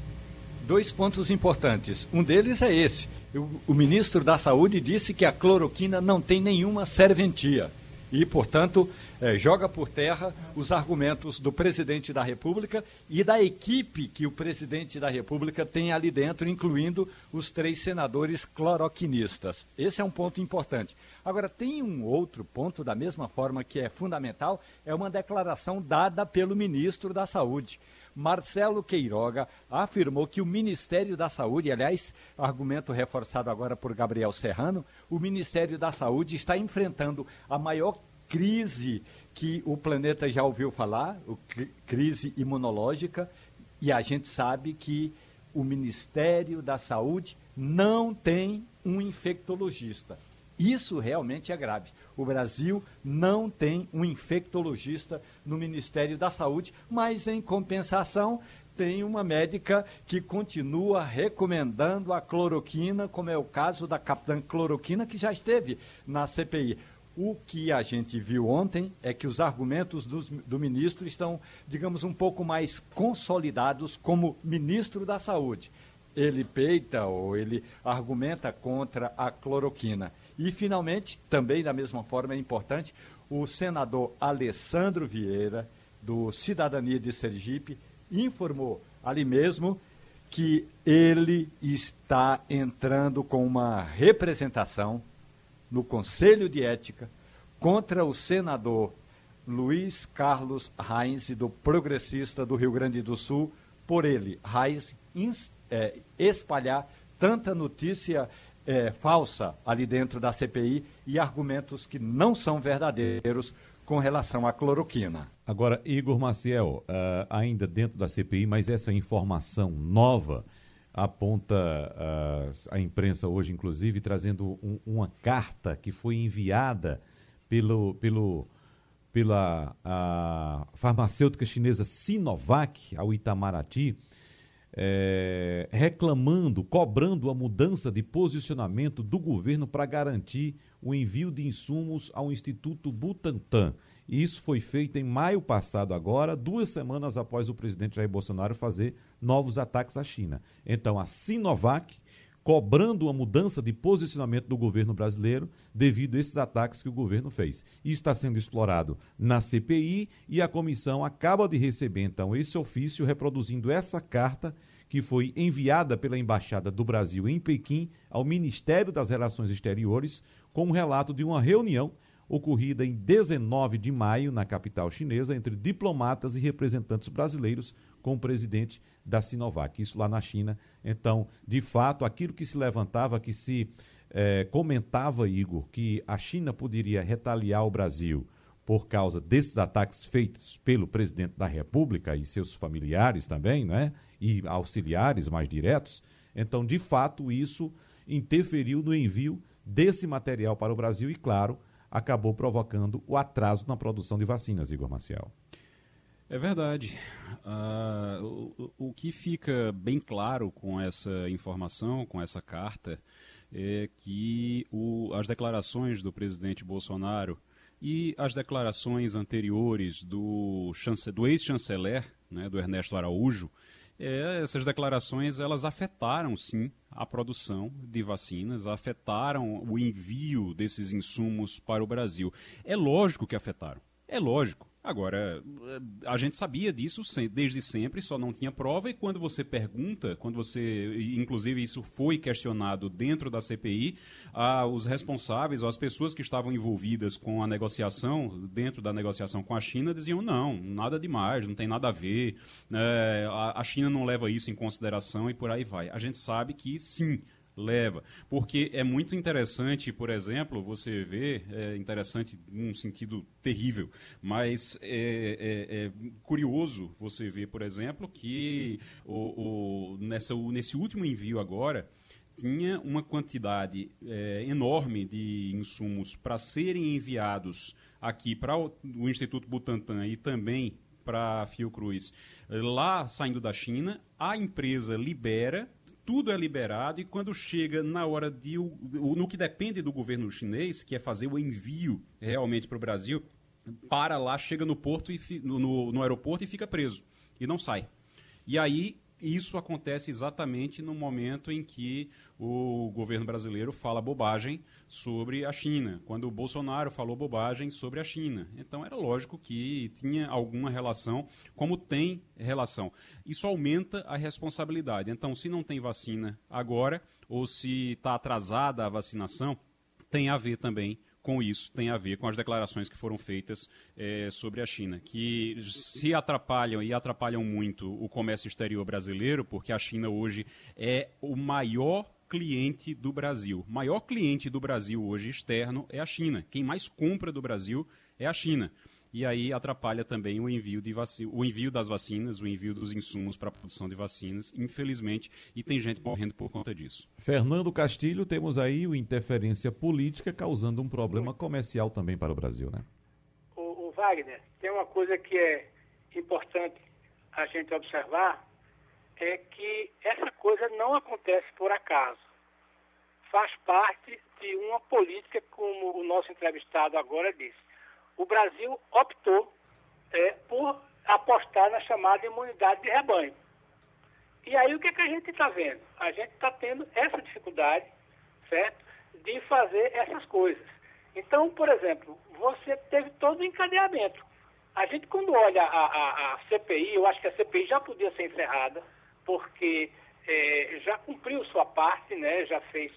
2 pontos importantes. Um deles é esse. O ministro da Saúde disse que a cloroquina não tem nenhuma serventia e, portanto, joga por terra os argumentos do presidente da República e da equipe que o presidente da República tem ali dentro, incluindo os 3 senadores cloroquinistas. Esse é um ponto importante. Agora, tem um outro ponto, da mesma forma que é fundamental, é uma declaração dada pelo ministro da Saúde. Marcelo Queiroga afirmou que o Ministério da Saúde, aliás, argumento reforçado agora por Gabriel Serrano, o Ministério da Saúde está enfrentando a maior crise que o planeta já ouviu falar, crise imunológica, e a gente sabe que o Ministério da Saúde não tem um infectologista. Isso realmente é grave. O Brasil não tem um infectologista no Ministério da Saúde, mas, em compensação, tem uma médica que continua recomendando a cloroquina, como é o caso da capitã Cloroquina, que já esteve na CPI. O que a gente viu ontem é que os argumentos do ministro estão, digamos, um pouco mais consolidados como ministro da Saúde. Ele peita ou ele argumenta contra a cloroquina. E, finalmente, também da mesma forma é importante, o senador Alessandro Vieira, do Cidadania de Sergipe, informou ali mesmo que ele está entrando com uma representação no Conselho de Ética contra o senador Luiz Carlos Reis, do Progressista do Rio Grande do Sul, por ele, Reis, espalhar tanta notícia falsa ali dentro da CPI e argumentos que não são verdadeiros com relação à cloroquina. Agora, Igor Maciel, ainda dentro da CPI, mas essa informação nova aponta a imprensa hoje, inclusive, trazendo uma carta que foi enviada pela farmacêutica chinesa Sinovac ao Itamaraty, reclamando, cobrando a mudança de posicionamento do governo para garantir o envio de insumos ao Instituto Butantan. E isso foi feito em maio passado agora, 2 semanas após o presidente Jair Bolsonaro fazer novos ataques à China. Então, a Sinovac cobrando uma mudança de posicionamento do governo brasileiro devido a esses ataques que o governo fez. Isso está sendo explorado na CPI e a comissão acaba de receber, então, esse ofício reproduzindo essa carta que foi enviada pela Embaixada do Brasil em Pequim ao Ministério das Relações Exteriores com um relato de uma reunião ocorrida em 19 de maio na capital chinesa entre diplomatas e representantes brasileiros com o presidente da Sinovac, isso lá na China. Então, de fato, aquilo que se levantava, que se comentava, Igor, que a China poderia retaliar o Brasil por causa desses ataques feitos pelo presidente da República e seus familiares também, né? E auxiliares mais diretos. Então, de fato, isso interferiu no envio desse material para o Brasil e, claro, acabou provocando o atraso na produção de vacinas, Igor Maciel. É verdade. O que fica bem claro com essa informação, com essa carta, é que as declarações do presidente Bolsonaro e as declarações anteriores do ex-chanceler, né, do Ernesto Araújo, essas declarações elas afetaram, sim, a produção de vacinas, afetaram o envio desses insumos para o Brasil. É lógico que afetaram, é lógico. Agora, a gente sabia disso desde sempre, só não tinha prova, e quando você pergunta, inclusive isso foi questionado dentro da CPI, os responsáveis, ou as pessoas que estavam envolvidas com a negociação, dentro da negociação com a China, diziam não, nada demais, não tem nada a ver, a China não leva isso em consideração e por aí vai. A gente sabe que sim, leva, porque é muito interessante, por exemplo, você vê, interessante num sentido terrível, mas é curioso você ver, por exemplo, que nesse último envio agora, tinha uma quantidade enorme de insumos para serem enviados aqui para o Instituto Butantan e também para a Fiocruz, lá saindo da China, a empresa libera, tudo é liberado, e quando chega na hora no que depende do governo chinês, que é fazer o envio realmente para o Brasil, para lá, chega no porto no aeroporto e fica preso, e não sai. E aí, isso acontece exatamente no momento em que o governo brasileiro fala bobagem sobre a China, quando o Bolsonaro falou bobagem sobre a China. Então, era lógico que tinha alguma relação, como tem relação. Isso aumenta a responsabilidade. Então, se não tem vacina agora, ou se está atrasada a vacinação, tem a ver também com isso, tem a ver com as declarações que foram feitas sobre a China, que se atrapalham e atrapalham muito o comércio exterior brasileiro, porque a China hoje é o maior cliente do Brasil. O maior cliente do Brasil hoje externo é a China. Quem mais compra do Brasil é a China. E aí atrapalha também o envio das vacinas, o envio dos insumos para a produção de vacinas, infelizmente, e tem gente morrendo por conta disso. Fernando Castilho, temos aí o interferência política causando um problema comercial também para o Brasil, né? O Wagner, tem uma coisa que é importante a gente observar, é que essa coisa não acontece por acaso. Faz parte de uma política, como o nosso entrevistado agora disse. O Brasil optou por apostar na chamada imunidade de rebanho. E aí o que a gente está vendo? A gente está tendo essa dificuldade, certo, de fazer essas coisas. Então, por exemplo, você teve todo o encadeamento. A gente, quando olha a CPI, eu acho que a CPI já podia ser encerrada, porque já cumpriu sua parte, né, já fez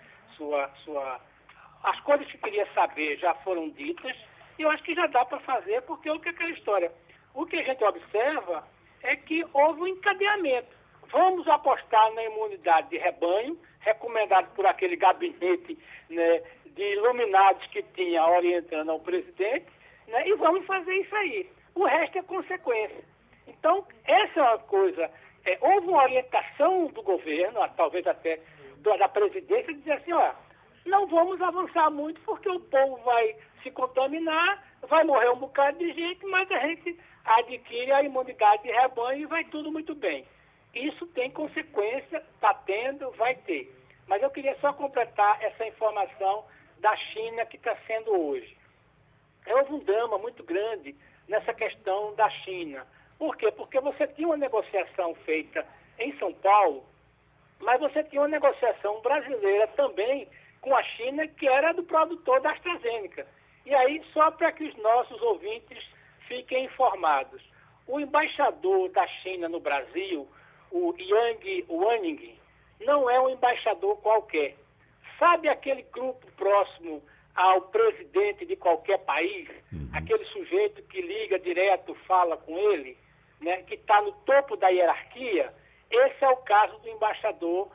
as coisas que queria saber já foram ditas. E eu acho que já dá para fazer, porque o que é aquela história? O que a gente observa é que houve um encadeamento. vamos apostar na imunidade de rebanho, recomendado por aquele gabinete, né, de iluminados que tinha orientando ao presidente, né, e vamos fazer isso aí. O resto é consequência. Então, essa é uma coisa. Houve uma orientação do governo, talvez até da presidência, de dizer assim, não vamos avançar muito porque o povo vai se contaminar, vai morrer um bocado de gente, mas a gente adquire a imunidade de rebanho e vai tudo muito bem. Isso tem consequência, está tendo, vai ter. Mas eu queria só completar essa informação da China que está sendo hoje. Houve um drama muito grande nessa questão da China. Por quê? Porque você tinha uma negociação feita em São Paulo, mas você tinha uma negociação brasileira também com a China, que era do produtor da AstraZeneca. E aí, só para que os nossos ouvintes fiquem informados, o embaixador da China no Brasil, o Yang Wanning, não é um embaixador qualquer. Sabe aquele grupo próximo ao presidente de qualquer país, aquele sujeito que liga direto, fala com ele, né, que está no topo da hierarquia? Esse é o caso do embaixador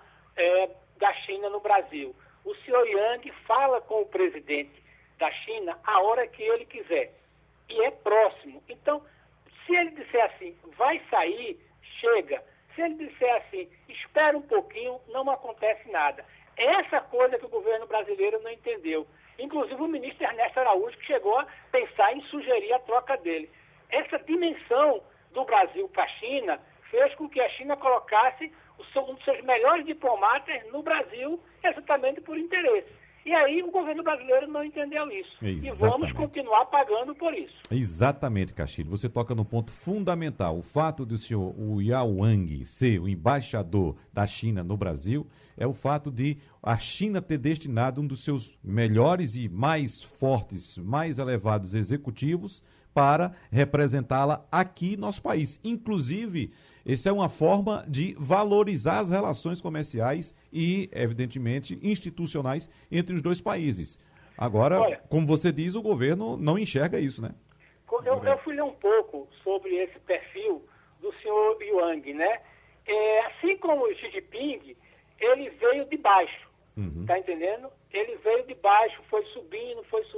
da China no Brasil. O senhor Yang fala com o presidente da China a hora que ele quiser. E é próximo. Então, se ele disser assim, vai sair, chega. Se ele disser assim, espera um pouquinho, não acontece nada. Essa coisa que o governo brasileiro não entendeu. Inclusive o ministro Ernesto Araújo, que chegou a pensar em sugerir a troca dele. Essa dimensão do Brasil para a China fez com que a China colocasse um dos seus melhores diplomatas no Brasil, exatamente por interesse. E aí o governo brasileiro não entendeu isso. Exatamente. E vamos continuar pagando por isso. Exatamente, Castilho. Você toca no ponto fundamental. O fato do senhor Yang Wanning ser o embaixador da China no Brasil é o fato de a China ter destinado um dos seus melhores e mais fortes, mais elevados executivos para representá-la aqui no nosso país. Inclusive, essa é uma forma de valorizar as relações comerciais e, evidentemente, institucionais entre os dois países. Agora, olha, como você diz, o governo não enxerga isso, né? Eu fui ler um pouco sobre esse perfil do senhor Yang, né? Assim como o Xi Jinping, ele veio de baixo, tá entendendo? Ele veio de baixo, foi subindo,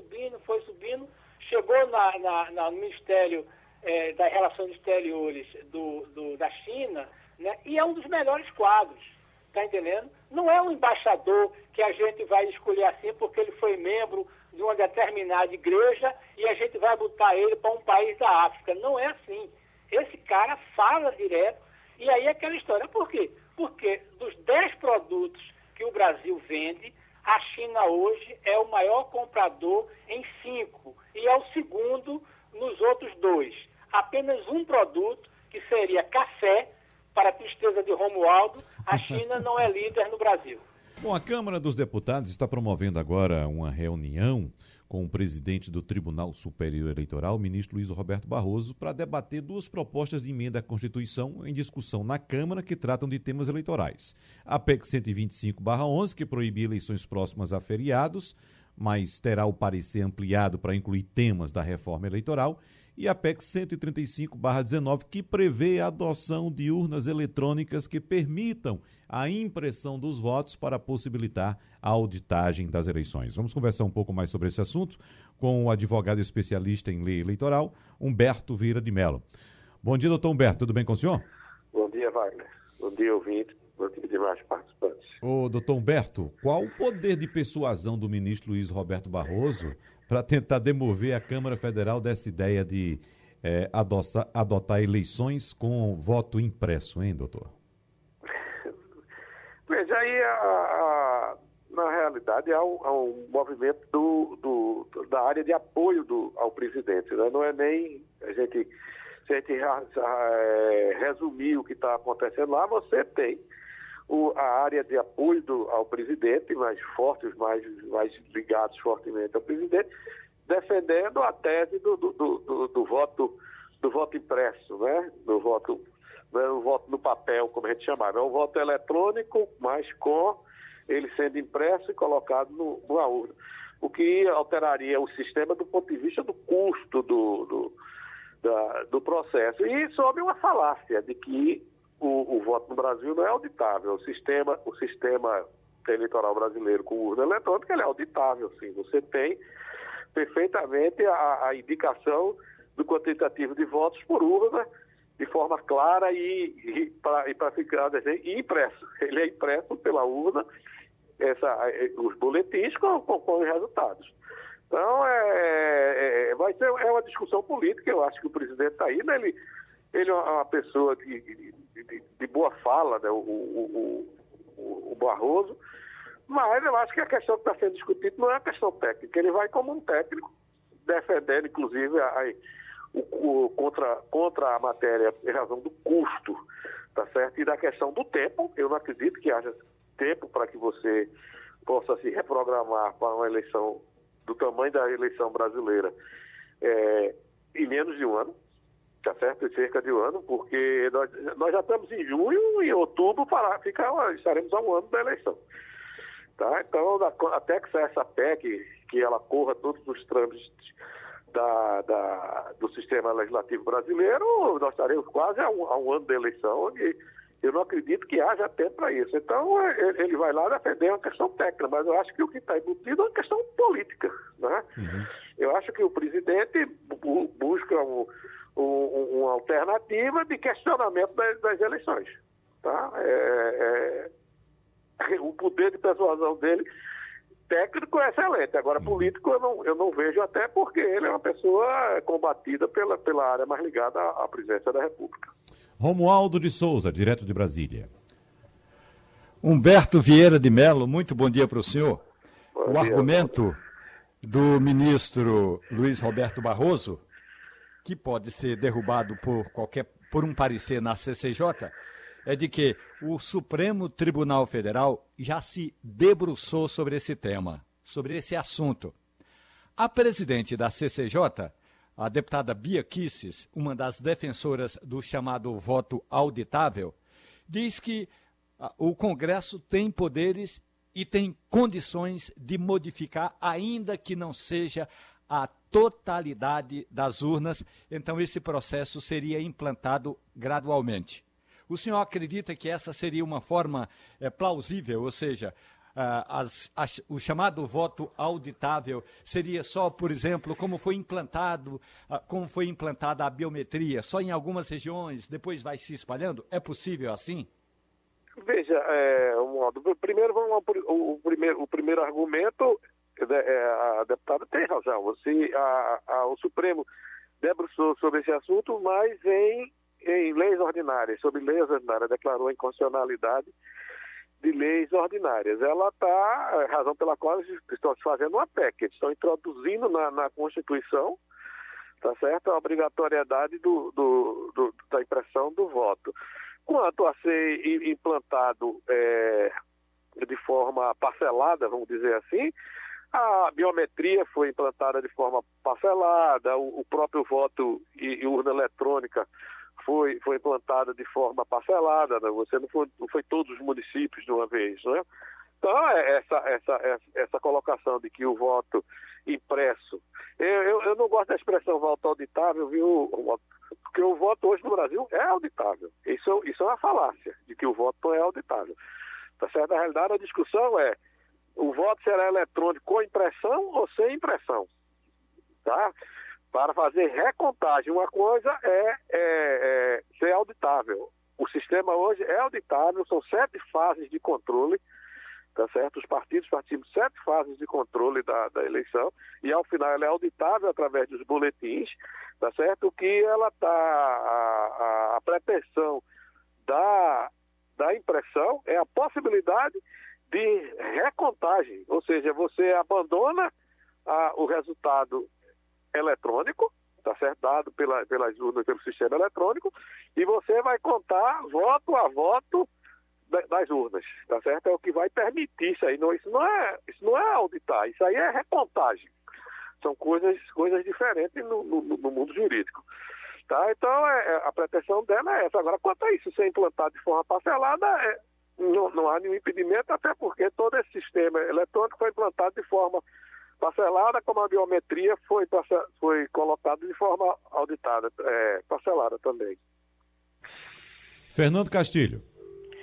chegou no Ministério das Relações Exteriores da China, né? E é um dos melhores quadros, tá entendendo? Não é um embaixador que a gente vai escolher assim porque ele foi membro de uma determinada igreja e a gente vai botar ele para um país da África. Não é assim. Esse cara fala direto e aí é aquela história. Por quê? Porque dos 10 produtos que o Brasil vende, a China hoje é o maior comprador em 5 e é o segundo nos outros 2. Apenas um produto, que seria café, para a tristeza de Romualdo, a China não é líder no Brasil. Bom, a Câmara dos Deputados está promovendo agora uma reunião com o presidente do Tribunal Superior Eleitoral, o ministro Luiz Roberto Barroso, para debater 2 propostas de emenda à Constituição em discussão na Câmara que tratam de temas eleitorais. A PEC 125/11, que proíbe eleições próximas a feriados, mas terá o parecer ampliado para incluir temas da reforma eleitoral, e a PEC 135/19, que prevê a adoção de urnas eletrônicas que permitam a impressão dos votos para possibilitar a auditagem das eleições. Vamos conversar um pouco mais sobre esse assunto com o advogado especialista em lei eleitoral, Humberto Vieira de Mello. Bom dia, doutor Humberto, tudo bem com o senhor? Bom dia, Wagner. Bom dia, ouvinte. Bom dia, demais participantes. Ô, doutor Humberto, qual o poder de persuasão do ministro Luiz Roberto Barroso para tentar demover a Câmara Federal dessa ideia de adotar eleições com voto impresso, hein, doutor? Veja, aí, na realidade, há um movimento da área de apoio ao presidente, né? Não é nem se a gente resumir o que está acontecendo lá, você tem a área de apoio ao presidente, mais fortes, mais ligados fortemente ao presidente, defendendo a tese do voto impresso, né? Do voto, não é o voto no papel, como a gente chamava, é um voto eletrônico, mas com ele sendo impresso e colocado numa urna. O que alteraria o sistema do ponto de vista do custo do processo. E sob uma falácia de que o voto no Brasil não é auditável. O sistema eleitoral brasileiro com urna eletrônica, ele é auditável, sim. Você tem perfeitamente a indicação do quantitativo de votos por urna de forma clara e para ficar impresso. Ele é impresso pela urna, os boletins com os resultados. Então, vai ser uma discussão política. Eu acho que o presidente está aí, né? Ele é uma pessoa de boa fala, né? O Barroso, mas eu acho que a questão que está sendo discutida não é uma questão técnica. Ele vai como um técnico, defendendo, inclusive, contra a matéria em razão do custo, tá certo? E da questão do tempo. Eu não acredito que haja tempo para que você possa se reprogramar para uma eleição do tamanho da eleição brasileira em menos de um ano, tá certo? Em cerca de um ano, porque nós já estamos em junho e em outubro estaremos a um ano da eleição. Tá? Então, até que saia essa PEC, que ela corra todos os trâmites do sistema legislativo brasileiro, nós estaremos quase a um ano da eleição e eu não acredito que haja tempo para isso. Então, ele vai lá defender uma questão técnica, mas eu acho que o que está embutido é uma questão política. Né? Uhum. Eu acho que o presidente busca uma alternativa de questionamento das eleições. Tá? O poder de persuasão dele técnico é excelente. Agora, político eu não vejo, até porque ele é uma pessoa combatida pela área mais ligada à presidência da República. Romualdo de Souza, direto de Brasília. Humberto Vieira de Mello, muito bom dia para o senhor. O argumento do ministro Luiz Roberto Barroso, que pode ser derrubado por um parecer na CCJ, é de que o Supremo Tribunal Federal já se debruçou sobre esse tema, sobre esse assunto. A presidente da CCJ, a deputada Bia Kicis, uma das defensoras do chamado voto auditável, diz que o Congresso tem poderes e tem condições de modificar, ainda que não seja a totalidade das urnas, então esse processo seria implantado gradualmente. O senhor acredita que essa seria uma forma plausível, ou seja, o chamado voto auditável seria só, por exemplo, como foi implantada a biometria, só em algumas regiões, depois vai se espalhando? É possível assim? Veja, primeiro o primeiro argumento, a deputada tem razão. O Supremo debruçou sobre esse assunto, mas em leis ordinárias, sobre leis ordinárias, declarou a inconstitucionalidade de leis ordinárias. Ela está, razão pela qual eles estão fazendo uma PEC, eles estão introduzindo na Constituição, tá certo, a obrigatoriedade da impressão do voto. Quanto a ser implantado de forma parcelada, vamos dizer assim, a biometria foi implantada de forma parcelada, o próprio voto e urna eletrônica foi implantada de forma parcelada, né? Você não foi todos os municípios de uma vez, né? Então, essa colocação de que o voto impresso... Eu não gosto da expressão voto auditável, viu? Porque o voto hoje no Brasil é auditável. Isso é uma falácia, de que o voto não é auditável. Tá certo? Na realidade, a discussão é: o voto será eletrônico com impressão ou sem impressão? Tá? Para fazer recontagem, uma coisa é ser auditável. O sistema hoje é auditável, são 7 fases de controle, tá certo? Os partidos participam de 7 fases de controle da eleição, e ao final ela é auditável através dos boletins, tá certo? O que ela está, a pretensão da impressão é a possibilidade de recontagem, ou seja, você abandona o resultado eletrônico, tá certo? Dado pelas urnas, pelo sistema eletrônico, e você vai contar voto a voto das urnas, tá certo? É o que vai permitir isso aí. Isso não é auditar, isso aí é recontagem. São coisas diferentes no mundo jurídico. Tá? Então, a pretensão dela é essa. Agora, quanto a isso ser implantado de forma parcelada, não há nenhum impedimento, até porque todo esse sistema eletrônico foi implantado de forma parcelada, como a biometria foi colocado de forma auditada, parcelada também. Fernando Castilho.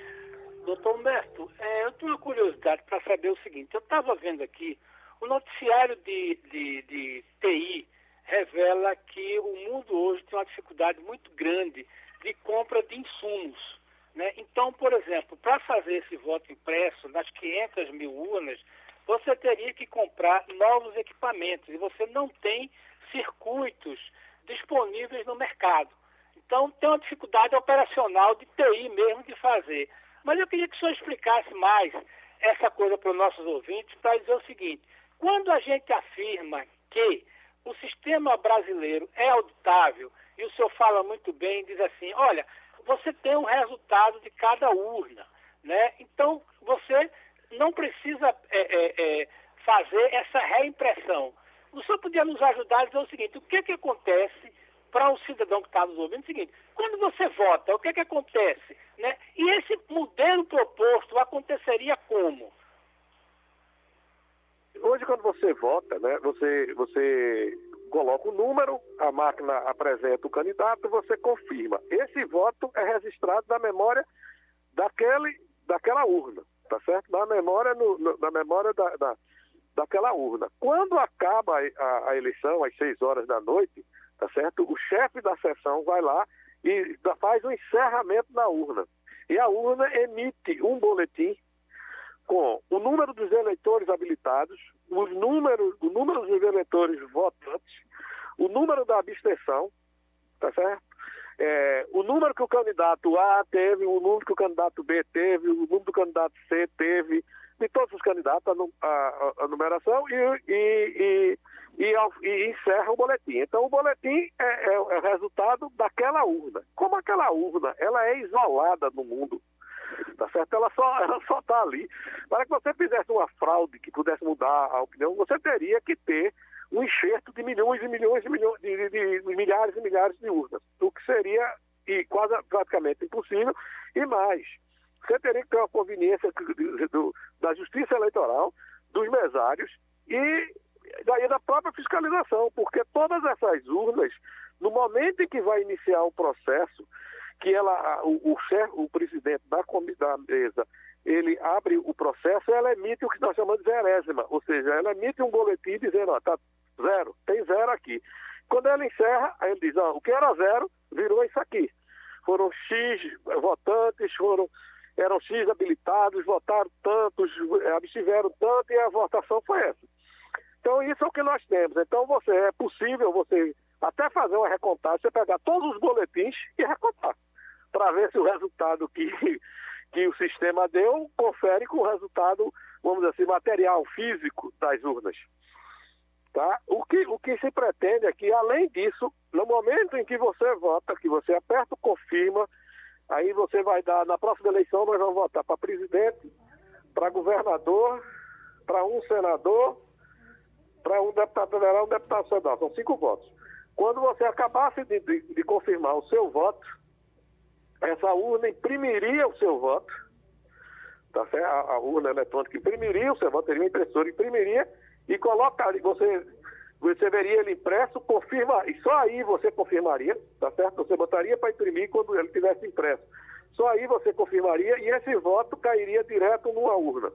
tenho uma curiosidade para saber o seguinte. Eu estava vendo aqui, o noticiário de TI revela que o mundo hoje tem uma dificuldade muito grande de compra de insumos, né? Então, por exemplo, para fazer esse voto impresso nas 500 mil urnas, você teria que comprar novos equipamentos e você não tem circuitos disponíveis no mercado. Então, tem uma dificuldade operacional de TI mesmo de fazer. Mas eu queria que o senhor explicasse mais essa coisa para os nossos ouvintes, para dizer o seguinte: quando a gente afirma que o sistema brasileiro é auditável, e o senhor fala muito bem, diz assim, olha, você tem um resultado de cada urna, né? Então, você não precisa fazer essa reimpressão. O senhor podia nos ajudar a dizer o seguinte: o que acontece para o cidadão que está nos ouvindo? É o seguinte: quando você vota, o que acontece, né? E esse modelo proposto aconteceria como? Hoje, quando você vota, né, você coloca o número, a máquina apresenta o candidato, você confirma. Esse voto é registrado na memória daquela urna, tá certo? Na memória, na memória daquela urna. Quando acaba a eleição, às 6 horas da noite, tá certo? O chefe da sessão vai lá e faz um encerramento na urna. E a urna emite um boletim com o número dos eleitores habilitados, o número dos eleitores votantes, o número da abstenção, tá certo? O número que o candidato A teve, o número que o candidato B teve, o número do candidato C teve, de todos os candidatos, a numeração e encerra o boletim. Então, o boletim é o resultado daquela urna. Como aquela urna ela é isolada no mundo, tá certo? Ela só está ali. Para que você fizesse uma fraude que pudesse mudar a opinião, você teria que ter um enxerto de milhões e milhões e milhões de milhares e milhares de urnas, o que seria quase praticamente impossível. E mais, você teria que ter uma conveniência da Justiça Eleitoral, dos mesários e daí da própria fiscalização, porque todas essas urnas, no momento em que vai iniciar o processo, que o presidente da mesa, ele abre o processo, ela emite o que nós chamamos de zerésima, ou seja, ela emite um boletim dizendo, ó, tá zero, tem zero aqui. Quando ela encerra, aí ele diz, ó, o que era zero virou isso aqui. Foram X votantes, eram X habilitados, votaram tantos, abstiveram tanto e a votação foi essa. Então isso é o que nós temos. Então é possível você até fazer uma recontagem, você pegar todos os boletins e recontar, para ver se o resultado que o sistema deu confere com o resultado, vamos dizer assim, material, físico das urnas. Tá? O que se pretende é que, além disso, no momento em que você vota, que você aperta o confirma, aí você vai dar, na próxima eleição, nós vamos votar para presidente, para governador, para um senador, para um deputado federal, um deputado estadual. São 5 votos. Quando você acabasse de confirmar o seu voto, essa urna imprimiria o seu voto, tá certo? A urna eletrônica imprimiria o seu voto, teria uma impressora, imprimiria e colocaria, você veria ele impresso, confirma, e só aí você confirmaria, tá certo? Você botaria para imprimir quando ele tivesse impresso. Só aí você confirmaria e esse voto cairia direto numa urna.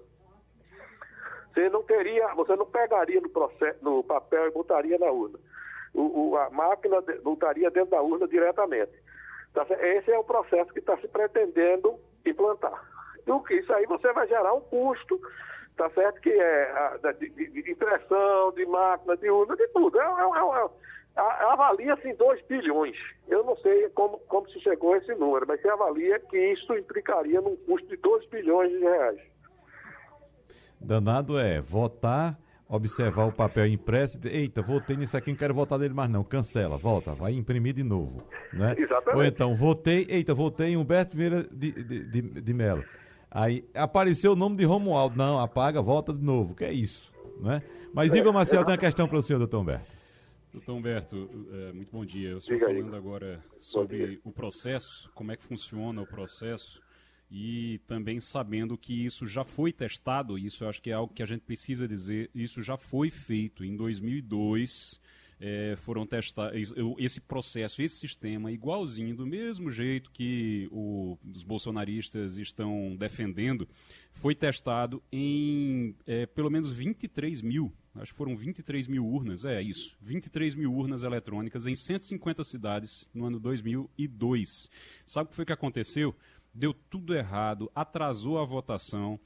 Você não pegaria no papel e botaria na urna. A máquina botaria dentro da urna diretamente. Tá certo? Esse é o processo que está se pretendendo implantar. Isso aí você vai gerar um custo, tá certo? Que é de impressão, de máquina, de urna, de tudo. Avalia-se em 2 bilhões. Eu não sei como se chegou a esse número, mas se avalia que isso implicaria num custo de 2 bilhões de reais. Danado é votar, observar o papel impresso e dizer, eita, votei nisso aqui, não quero votar nele mais não, cancela, volta, vai imprimir de novo, né? Exatamente. Ou então, votei em Humberto Vieira de Mello. Aí apareceu o nome de Romualdo, não, apaga, volta de novo, que é isso, né? Mas Igor Maciel tem uma questão para o senhor, doutor Humberto. Doutor Humberto, muito bom dia. Eu estou falando agora sobre o processo, como é que funciona o processo, e também sabendo que isso já foi testado, isso eu acho que é algo que a gente precisa dizer, isso já foi feito em 2002, foram testados, esse processo, esse sistema, igualzinho, do mesmo jeito que os bolsonaristas estão defendendo, foi testado em pelo menos 23 mil, acho que foram 23 mil urnas, 23 mil urnas eletrônicas em 150 cidades no ano 2002. Sabe o que foi que aconteceu? Deu tudo errado, atrasou a votação,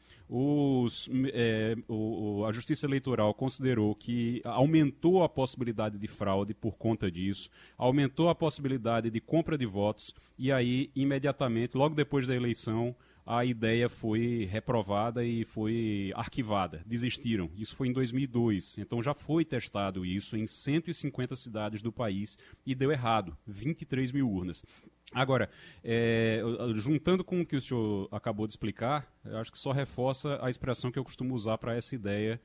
a Justiça Eleitoral considerou que aumentou a possibilidade de fraude por conta disso, aumentou a possibilidade de compra de votos e aí, imediatamente, logo depois da eleição, a ideia foi reprovada e foi arquivada, desistiram. Isso foi em 2002, então já foi testado isso em 150 cidades do país e deu errado, 23 mil urnas. Agora, juntando com o que o senhor acabou de explicar, eu acho que só reforça a expressão que eu costumo usar para essa ideia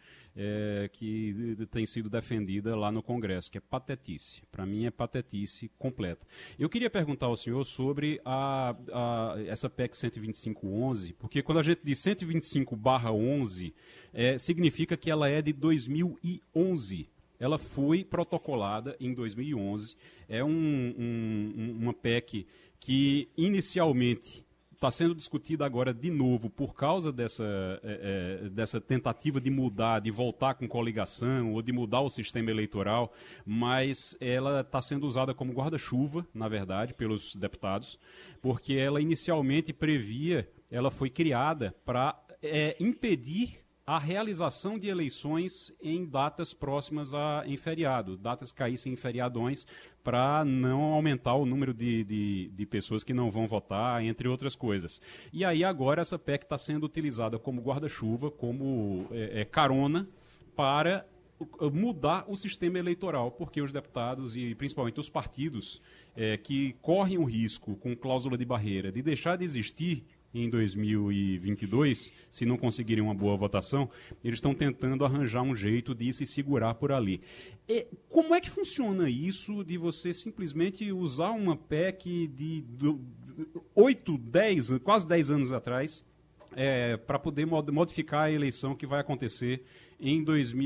que tem sido defendida lá no Congresso, que é patetice. Para mim é patetice completa. Eu queria perguntar ao senhor sobre essa PEC 12511, porque quando a gente diz 125/11, significa que ela é de 2011. Ela foi protocolada em 2011, é uma PEC que inicialmente está sendo discutida agora de novo por causa dessa tentativa de mudar, de voltar com coligação ou de mudar o sistema eleitoral, mas ela está sendo usada como guarda-chuva, na verdade, pelos deputados, porque ela inicialmente ela foi criada para impedir a realização de eleições em datas próximas em feriado, datas que caíssem em feriadões, para não aumentar o número de pessoas que não vão votar, entre outras coisas. E aí agora essa PEC está sendo utilizada como guarda-chuva, como carona, para mudar o sistema eleitoral, porque os deputados e principalmente os partidos que correm o risco, com cláusula de barreira, de deixar de existir em 2022, se não conseguirem uma boa votação, eles estão tentando arranjar um jeito de se segurar por ali. Como é que funciona isso de você simplesmente usar uma PEC de 8, 10, quase 10 anos atrás, para poder modificar a eleição que vai acontecer em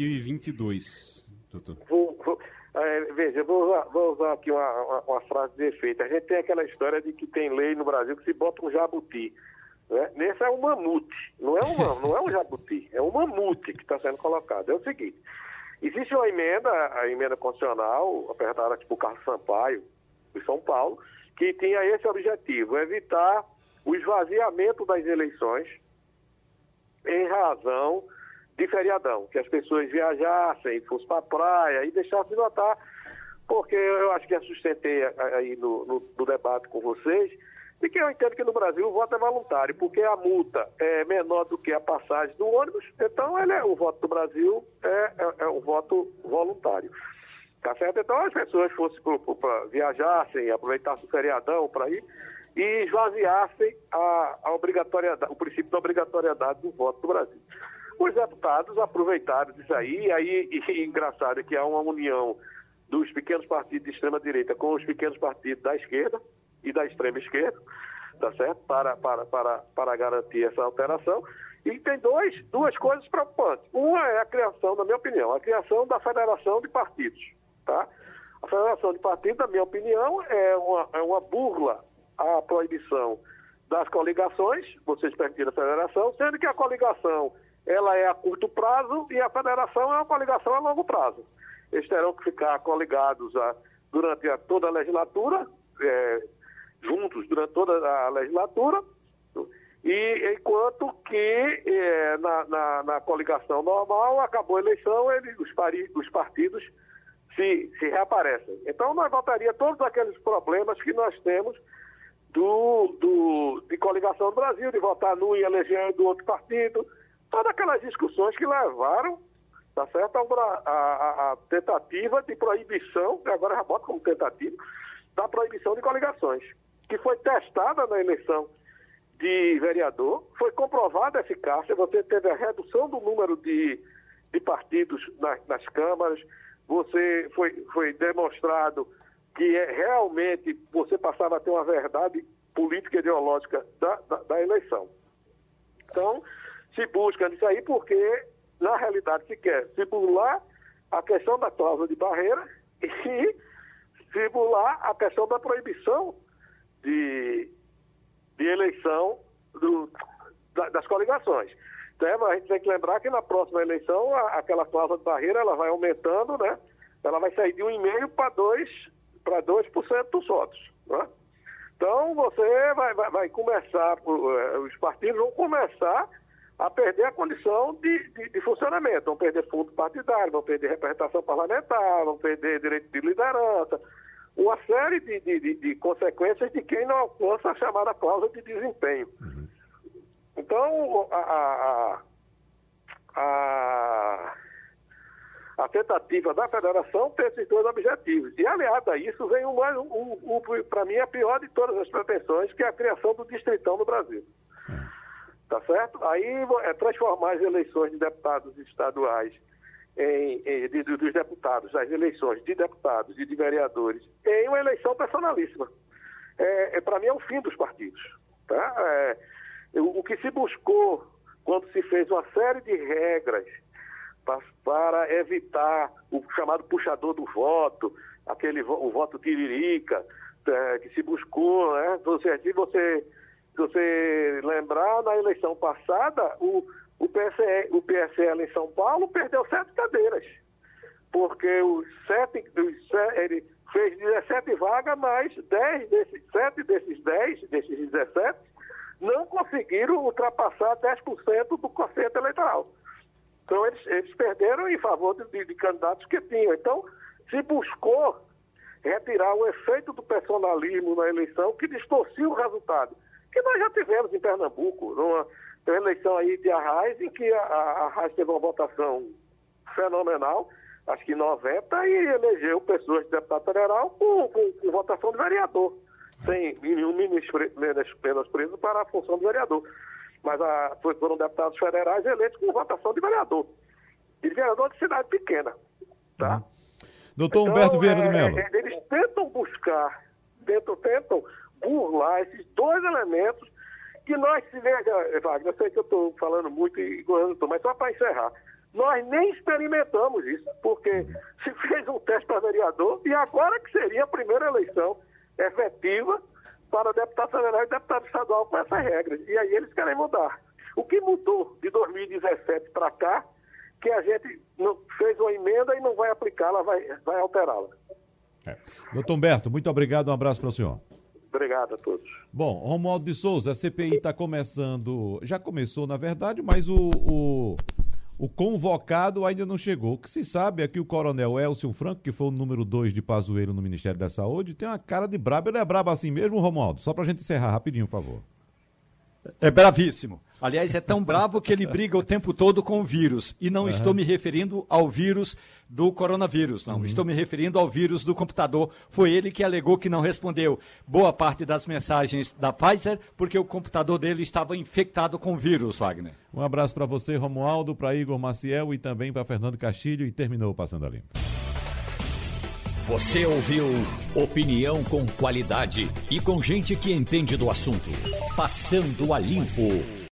2022, doutor? Veja, eu vou usar aqui uma frase de efeito. A gente tem aquela história de que tem lei no Brasil que se bota um jabuti. Né? Nesse é um mamute, não é um jabuti, é um mamute que está sendo colocado. É o seguinte, existe uma emenda, a emenda constitucional, apertada por Carlos Sampaio, de São Paulo, que tinha esse objetivo, evitar o esvaziamento das eleições em razão de feriadão, que as pessoas viajassem, fossem para a praia e deixassem de votar, porque eu acho que eu sustentei aí no debate com vocês, e que eu entendo que no Brasil o voto é voluntário, porque a multa é menor do que a passagem do ônibus, então o voto do Brasil é um voto voluntário. Tá certo? Então as pessoas viajassem, aproveitassem o feriadão para ir e esvaziassem a obrigatoriedade, o princípio da obrigatoriedade do voto do Brasil. Os deputados aproveitaram disso aí, e engraçado é que há uma união dos pequenos partidos de extrema-direita com os pequenos partidos da esquerda e da extrema-esquerda, tá certo? Para garantir essa alteração. E tem duas coisas preocupantes. Uma é a criação, na minha opinião, a criação da Federação de Partidos, tá? A Federação de Partidos, na minha opinião, é uma burla à proibição das coligações, vocês permitiram a federação, sendo que a coligação ela é a curto prazo e a federação é uma coligação a longo prazo. Eles terão que ficar coligados durante toda a legislatura, juntos durante toda a legislatura, e enquanto que na coligação normal, acabou a eleição, os partidos se reaparecem. Então, nós voltaríamos todos aqueles problemas que nós temos de coligação do Brasil, de votar num e eleger do outro partido, todas aquelas discussões que levaram, tá certo, a tentativa de proibição, agora já boto como tentativa, da proibição de coligações, que foi testada na eleição de vereador, foi comprovada a eficácia, você teve a redução do número de partidos nas câmaras, foi demonstrado que realmente você passava a ter uma verdade política e ideológica da eleição. Então, se busca nisso aí porque, na realidade, se quer se burlar a questão da cláusula de barreira e simular a questão da proibição de eleição das coligações. Então, a gente tem que lembrar que na próxima eleição aquela cláusula de barreira ela vai aumentando, né? Ela vai sair de 1,5% para 2% dos votos, né? Então você vai começar, os partidos vão começar a perder a condição de funcionamento, vão perder fundo partidário, vão perder representação parlamentar, vão perder direito de liderança, uma série de consequências de quem não alcança a chamada cláusula de desempenho. Então, a tentativa da federação tem esses dois objetivos. E, aliado a isso, vem para mim, a pior de todas as pretensões, que é a criação do distritão no Brasil. Tá certo? Aí é transformar as eleições de deputados estaduais, dos deputados, as eleições de deputados e de vereadores, em uma eleição personalíssima. Para mim, é o fim dos partidos. Tá? O que se buscou quando se fez uma série de regras para evitar o chamado puxador do voto, o voto tiririca, que se buscou, né? Se você lembrar, na eleição passada, o PSL em São Paulo perdeu 7 cadeiras, porque ele fez 17 vagas, mas 7 desses 17 não conseguiram ultrapassar 10% do quociente eleitoral. Então, eles perderam em favor de candidatos que tinham. Então, se buscou retirar o efeito do personalismo na eleição que distorcia o resultado, que nós já tivemos em Pernambuco, numa eleição aí de Arraiz, em que a Arraiz teve uma votação fenomenal, acho que 90%, e elegeu pessoas de deputado federal com votação de vereador, sem nenhum menosprezo para a função de vereador. Mas foram deputados federais eleitos com votação de vereador. E vereador de cidade pequena. Tá? Doutor Humberto Vieira do Mello. Eles tentam buscar, tentam burlar esses dois elementos que nós, se veja, Wagner, eu sei que eu estou falando muito e correndo, mas só para encerrar. Nós nem experimentamos isso, porque se fez um teste para vereador e agora que seria a primeira eleição efetiva para deputado federal e deputado estadual com essas regras. E aí eles querem mudar. O que mudou de 2017 para cá, que a gente não fez uma emenda e não vai aplicá-la, vai alterá-la. Doutor Humberto, muito obrigado, um abraço para o senhor. Obrigado a todos. Bom, Romualdo de Souza, a CPI está começando, já começou na verdade, mas o convocado ainda não chegou. O que se sabe é que o coronel Elcio Franco, que foi o número 2 de Pazuello no Ministério da Saúde, tem uma cara de brabo. Ele é brabo assim mesmo, Romualdo? Só pra gente encerrar rapidinho, por favor. É bravíssimo. Aliás, é tão bravo que ele briga o tempo todo com o vírus. E não estou me referindo ao vírus do coronavírus, não. Estou me referindo ao vírus do computador. Foi ele que alegou que não respondeu boa parte das mensagens da Pfizer, porque o computador dele estava infectado com vírus, Wagner. Um abraço para você, Romualdo, para Igor Maciel e também para Fernando Castilho. E terminou Passando a Limpo. Você ouviu opinião com qualidade e com gente que entende do assunto. Passando a Limpo.